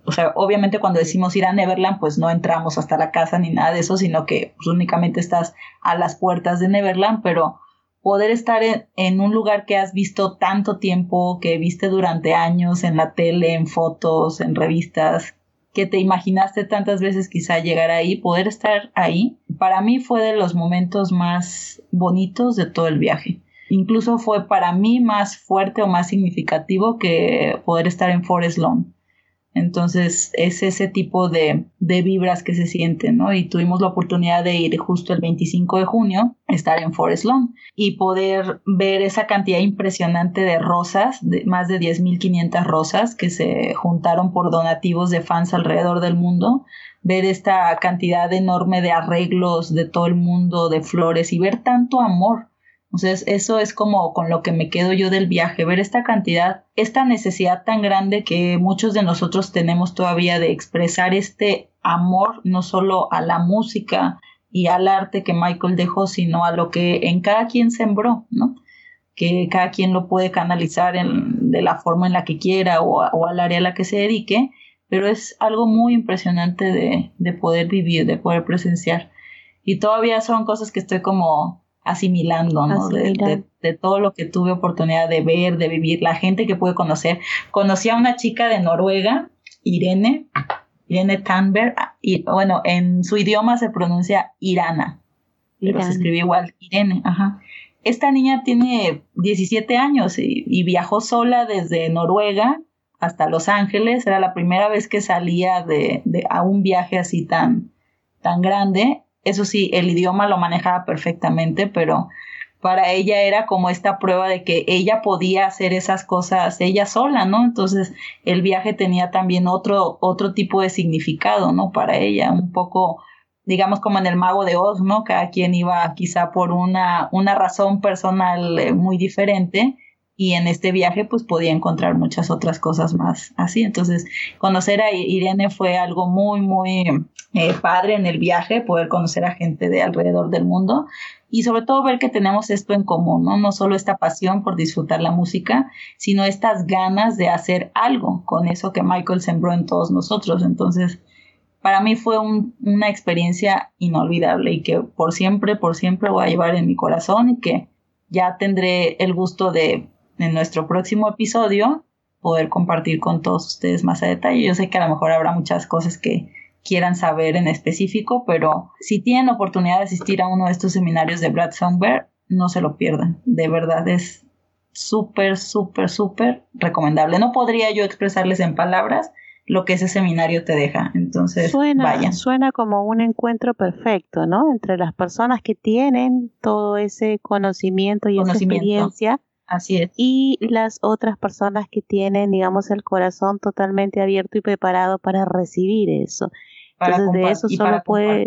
o sea, obviamente cuando decimos ir a Neverland, pues no entramos hasta la casa ni nada de eso, sino que pues, únicamente estás a las puertas de Neverland, pero poder estar en un lugar que has visto tanto tiempo, que viste durante años en la tele, en fotos, en revistas, que te imaginaste tantas veces quizá llegar ahí, poder estar ahí, para mí fue de los momentos más bonitos de todo el viaje. Incluso fue para mí más fuerte o más significativo que poder estar en Forest Lawn. Entonces es ese tipo de vibras que se sienten, ¿no? Y tuvimos la oportunidad de ir justo el 25 de junio, estar en Forest Lawn y poder ver esa cantidad impresionante de rosas, de más de 10,500 rosas que se juntaron por donativos de fans alrededor del mundo, ver esta cantidad enorme de arreglos de todo el mundo, de flores y ver tanto amor. Entonces eso es como con lo que me quedo yo del viaje, ver esta cantidad, esta necesidad tan grande que muchos de nosotros tenemos todavía de expresar este amor, no solo a la música y al arte que Michael dejó, sino a lo que en cada quien sembró, ¿no? Que cada quien lo puede canalizar de la forma en la que quiera o al área a la que se dedique, pero es algo muy impresionante de poder vivir, de poder presenciar. Y todavía son cosas que estoy como asimilando, ¿no? De todo lo que tuve oportunidad de ver, de vivir, la gente que pude conocer. Conocí a una chica de Noruega, Irene Thunberg, y bueno, en su idioma se pronuncia Irana, pero se escribe igual, Irene, ajá. Esta niña tiene 17 años y viajó sola desde Noruega hasta Los Ángeles. Era la primera vez que salía a un viaje así tan grande. Eso sí, el idioma lo manejaba perfectamente, pero para ella era como esta prueba de que ella podía hacer esas cosas ella sola, ¿no? Entonces el viaje tenía también otro tipo de significado, ¿no? Para ella, un poco, digamos, como en el Mago de Oz, ¿no? Cada quien iba quizá por una razón personal muy diferente, y en este viaje pues podía encontrar muchas otras cosas más así. Entonces conocer a Irene fue algo muy, muy padre en el viaje, poder conocer a gente de alrededor del mundo y sobre todo ver que tenemos esto en común, ¿no? No solo esta pasión por disfrutar la música, sino estas ganas de hacer algo con eso que Michael sembró en todos nosotros. Entonces para mí fue una experiencia inolvidable y que por siempre voy a llevar en mi corazón, y que ya tendré el gusto de en nuestro próximo episodio poder compartir con todos ustedes más a detalle. Yo sé que a lo mejor habrá muchas cosas que quieran saber en específico, pero si tienen oportunidad de asistir a uno de estos seminarios de Brad Sundberg, no se lo pierdan. De verdad es súper, súper, súper recomendable. No podría yo expresarles en palabras lo que ese seminario te deja. Entonces, vayan. Suena como un encuentro perfecto, ¿no? Entre las personas que tienen todo ese conocimiento y esa experiencia. Así es. Y las otras personas que tienen, digamos, el corazón totalmente abierto y preparado para recibir eso. Entonces de eso solo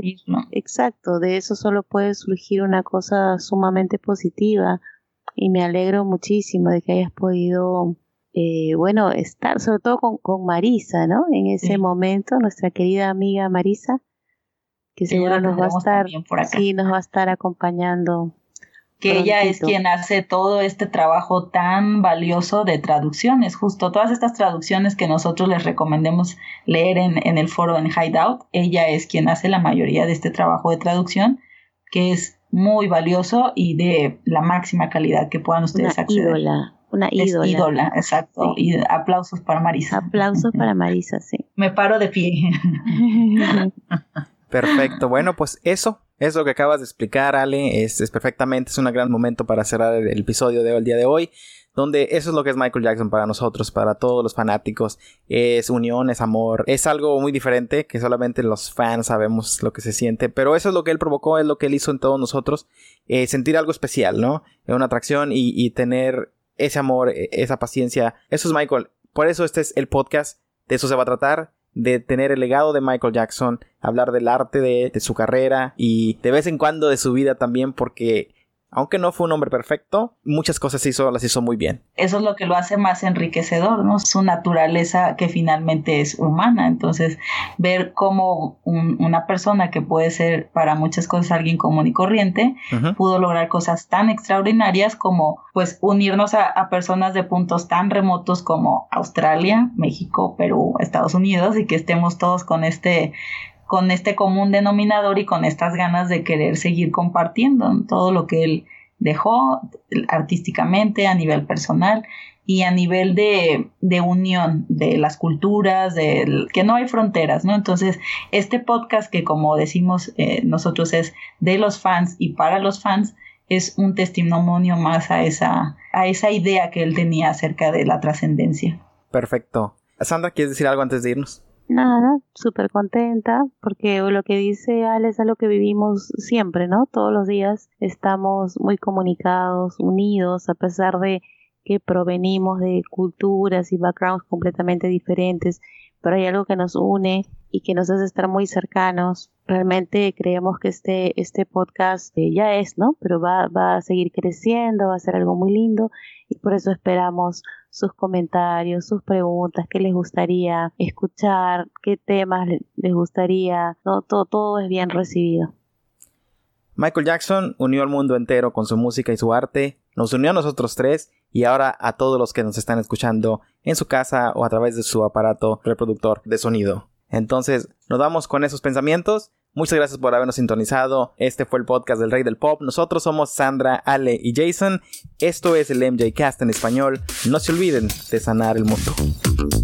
de eso solo puede surgir una cosa sumamente positiva, y me alegro muchísimo de que hayas podido, estar sobre todo con Marisa, ¿no? En ese momento, nuestra querida amiga Marisa, que seguro nos va a estar acompañando. Que ella es quien hace todo este trabajo tan valioso de traducciones, justo todas estas traducciones que nosotros les recomendemos leer en el foro en Hideout. Ella es quien hace la mayoría de este trabajo de traducción, que es muy valioso y de la máxima calidad que puedan ustedes acceder. Una ídola, exacto. Sí. Y aplausos para Marisa. Aplausos para Marisa, sí. Me paro de pie. Perfecto, bueno, pues eso que acabas de explicar, Ale, es perfectamente, es un gran momento para cerrar el episodio del día de hoy, donde eso es lo que es Michael Jackson para nosotros, para todos los fanáticos. Es unión, es amor, es algo muy diferente que solamente los fans sabemos lo que se siente, pero eso es lo que él provocó, es lo que él hizo en todos nosotros, sentir algo especial, ¿no? Una atracción y tener ese amor, esa paciencia. Eso es Michael. Por eso este es el podcast, de eso se va a tratar, de tener el legado de Michael Jackson, hablar del arte de su carrera y de vez en cuando de su vida también, porque aunque no fue un hombre perfecto, muchas cosas las hizo muy bien. Eso es lo que lo hace más enriquecedor, ¿no? Su naturaleza que finalmente es humana. Entonces, ver cómo una persona que puede ser para muchas cosas alguien común y corriente, pudo lograr cosas tan extraordinarias como pues unirnos a personas de puntos tan remotos como Australia, México, Perú, Estados Unidos, y que estemos todos con este común denominador y con estas ganas de querer seguir compartiendo todo lo que él dejó artísticamente, a nivel personal y a nivel de unión de las culturas, que no hay fronteras, ¿no? Entonces, este podcast que, como decimos nosotros, es de los fans y para los fans, es un testimonio más a esa idea que él tenía acerca de la trascendencia. Perfecto. Sandra, ¿quieres decir algo antes de irnos? Nada, súper contenta, porque lo que dice Ale es algo que vivimos siempre, ¿no? Todos los días estamos muy comunicados, unidos, a pesar de que provenimos de culturas y backgrounds completamente diferentes, pero hay algo que nos une y que nos hace estar muy cercanos. Realmente creemos que este podcast ya es, ¿no? Pero va a seguir creciendo, va a ser algo muy lindo, y por eso esperamos sus comentarios, sus preguntas, qué les gustaría escuchar, qué temas les gustaría, ¿no? Todo es bien recibido. Michael Jackson unió al mundo entero con su música y su arte, nos unió a nosotros tres y ahora a todos los que nos están escuchando en su casa o a través de su aparato reproductor de sonido. Entonces, nos vamos con esos pensamientos. Muchas gracias por habernos sintonizado. Este fue el podcast del Rey del Pop. Nosotros somos Sandra, Ale y Jason. Esto es el MJ Cast en español. No se olviden de sanar el mundo.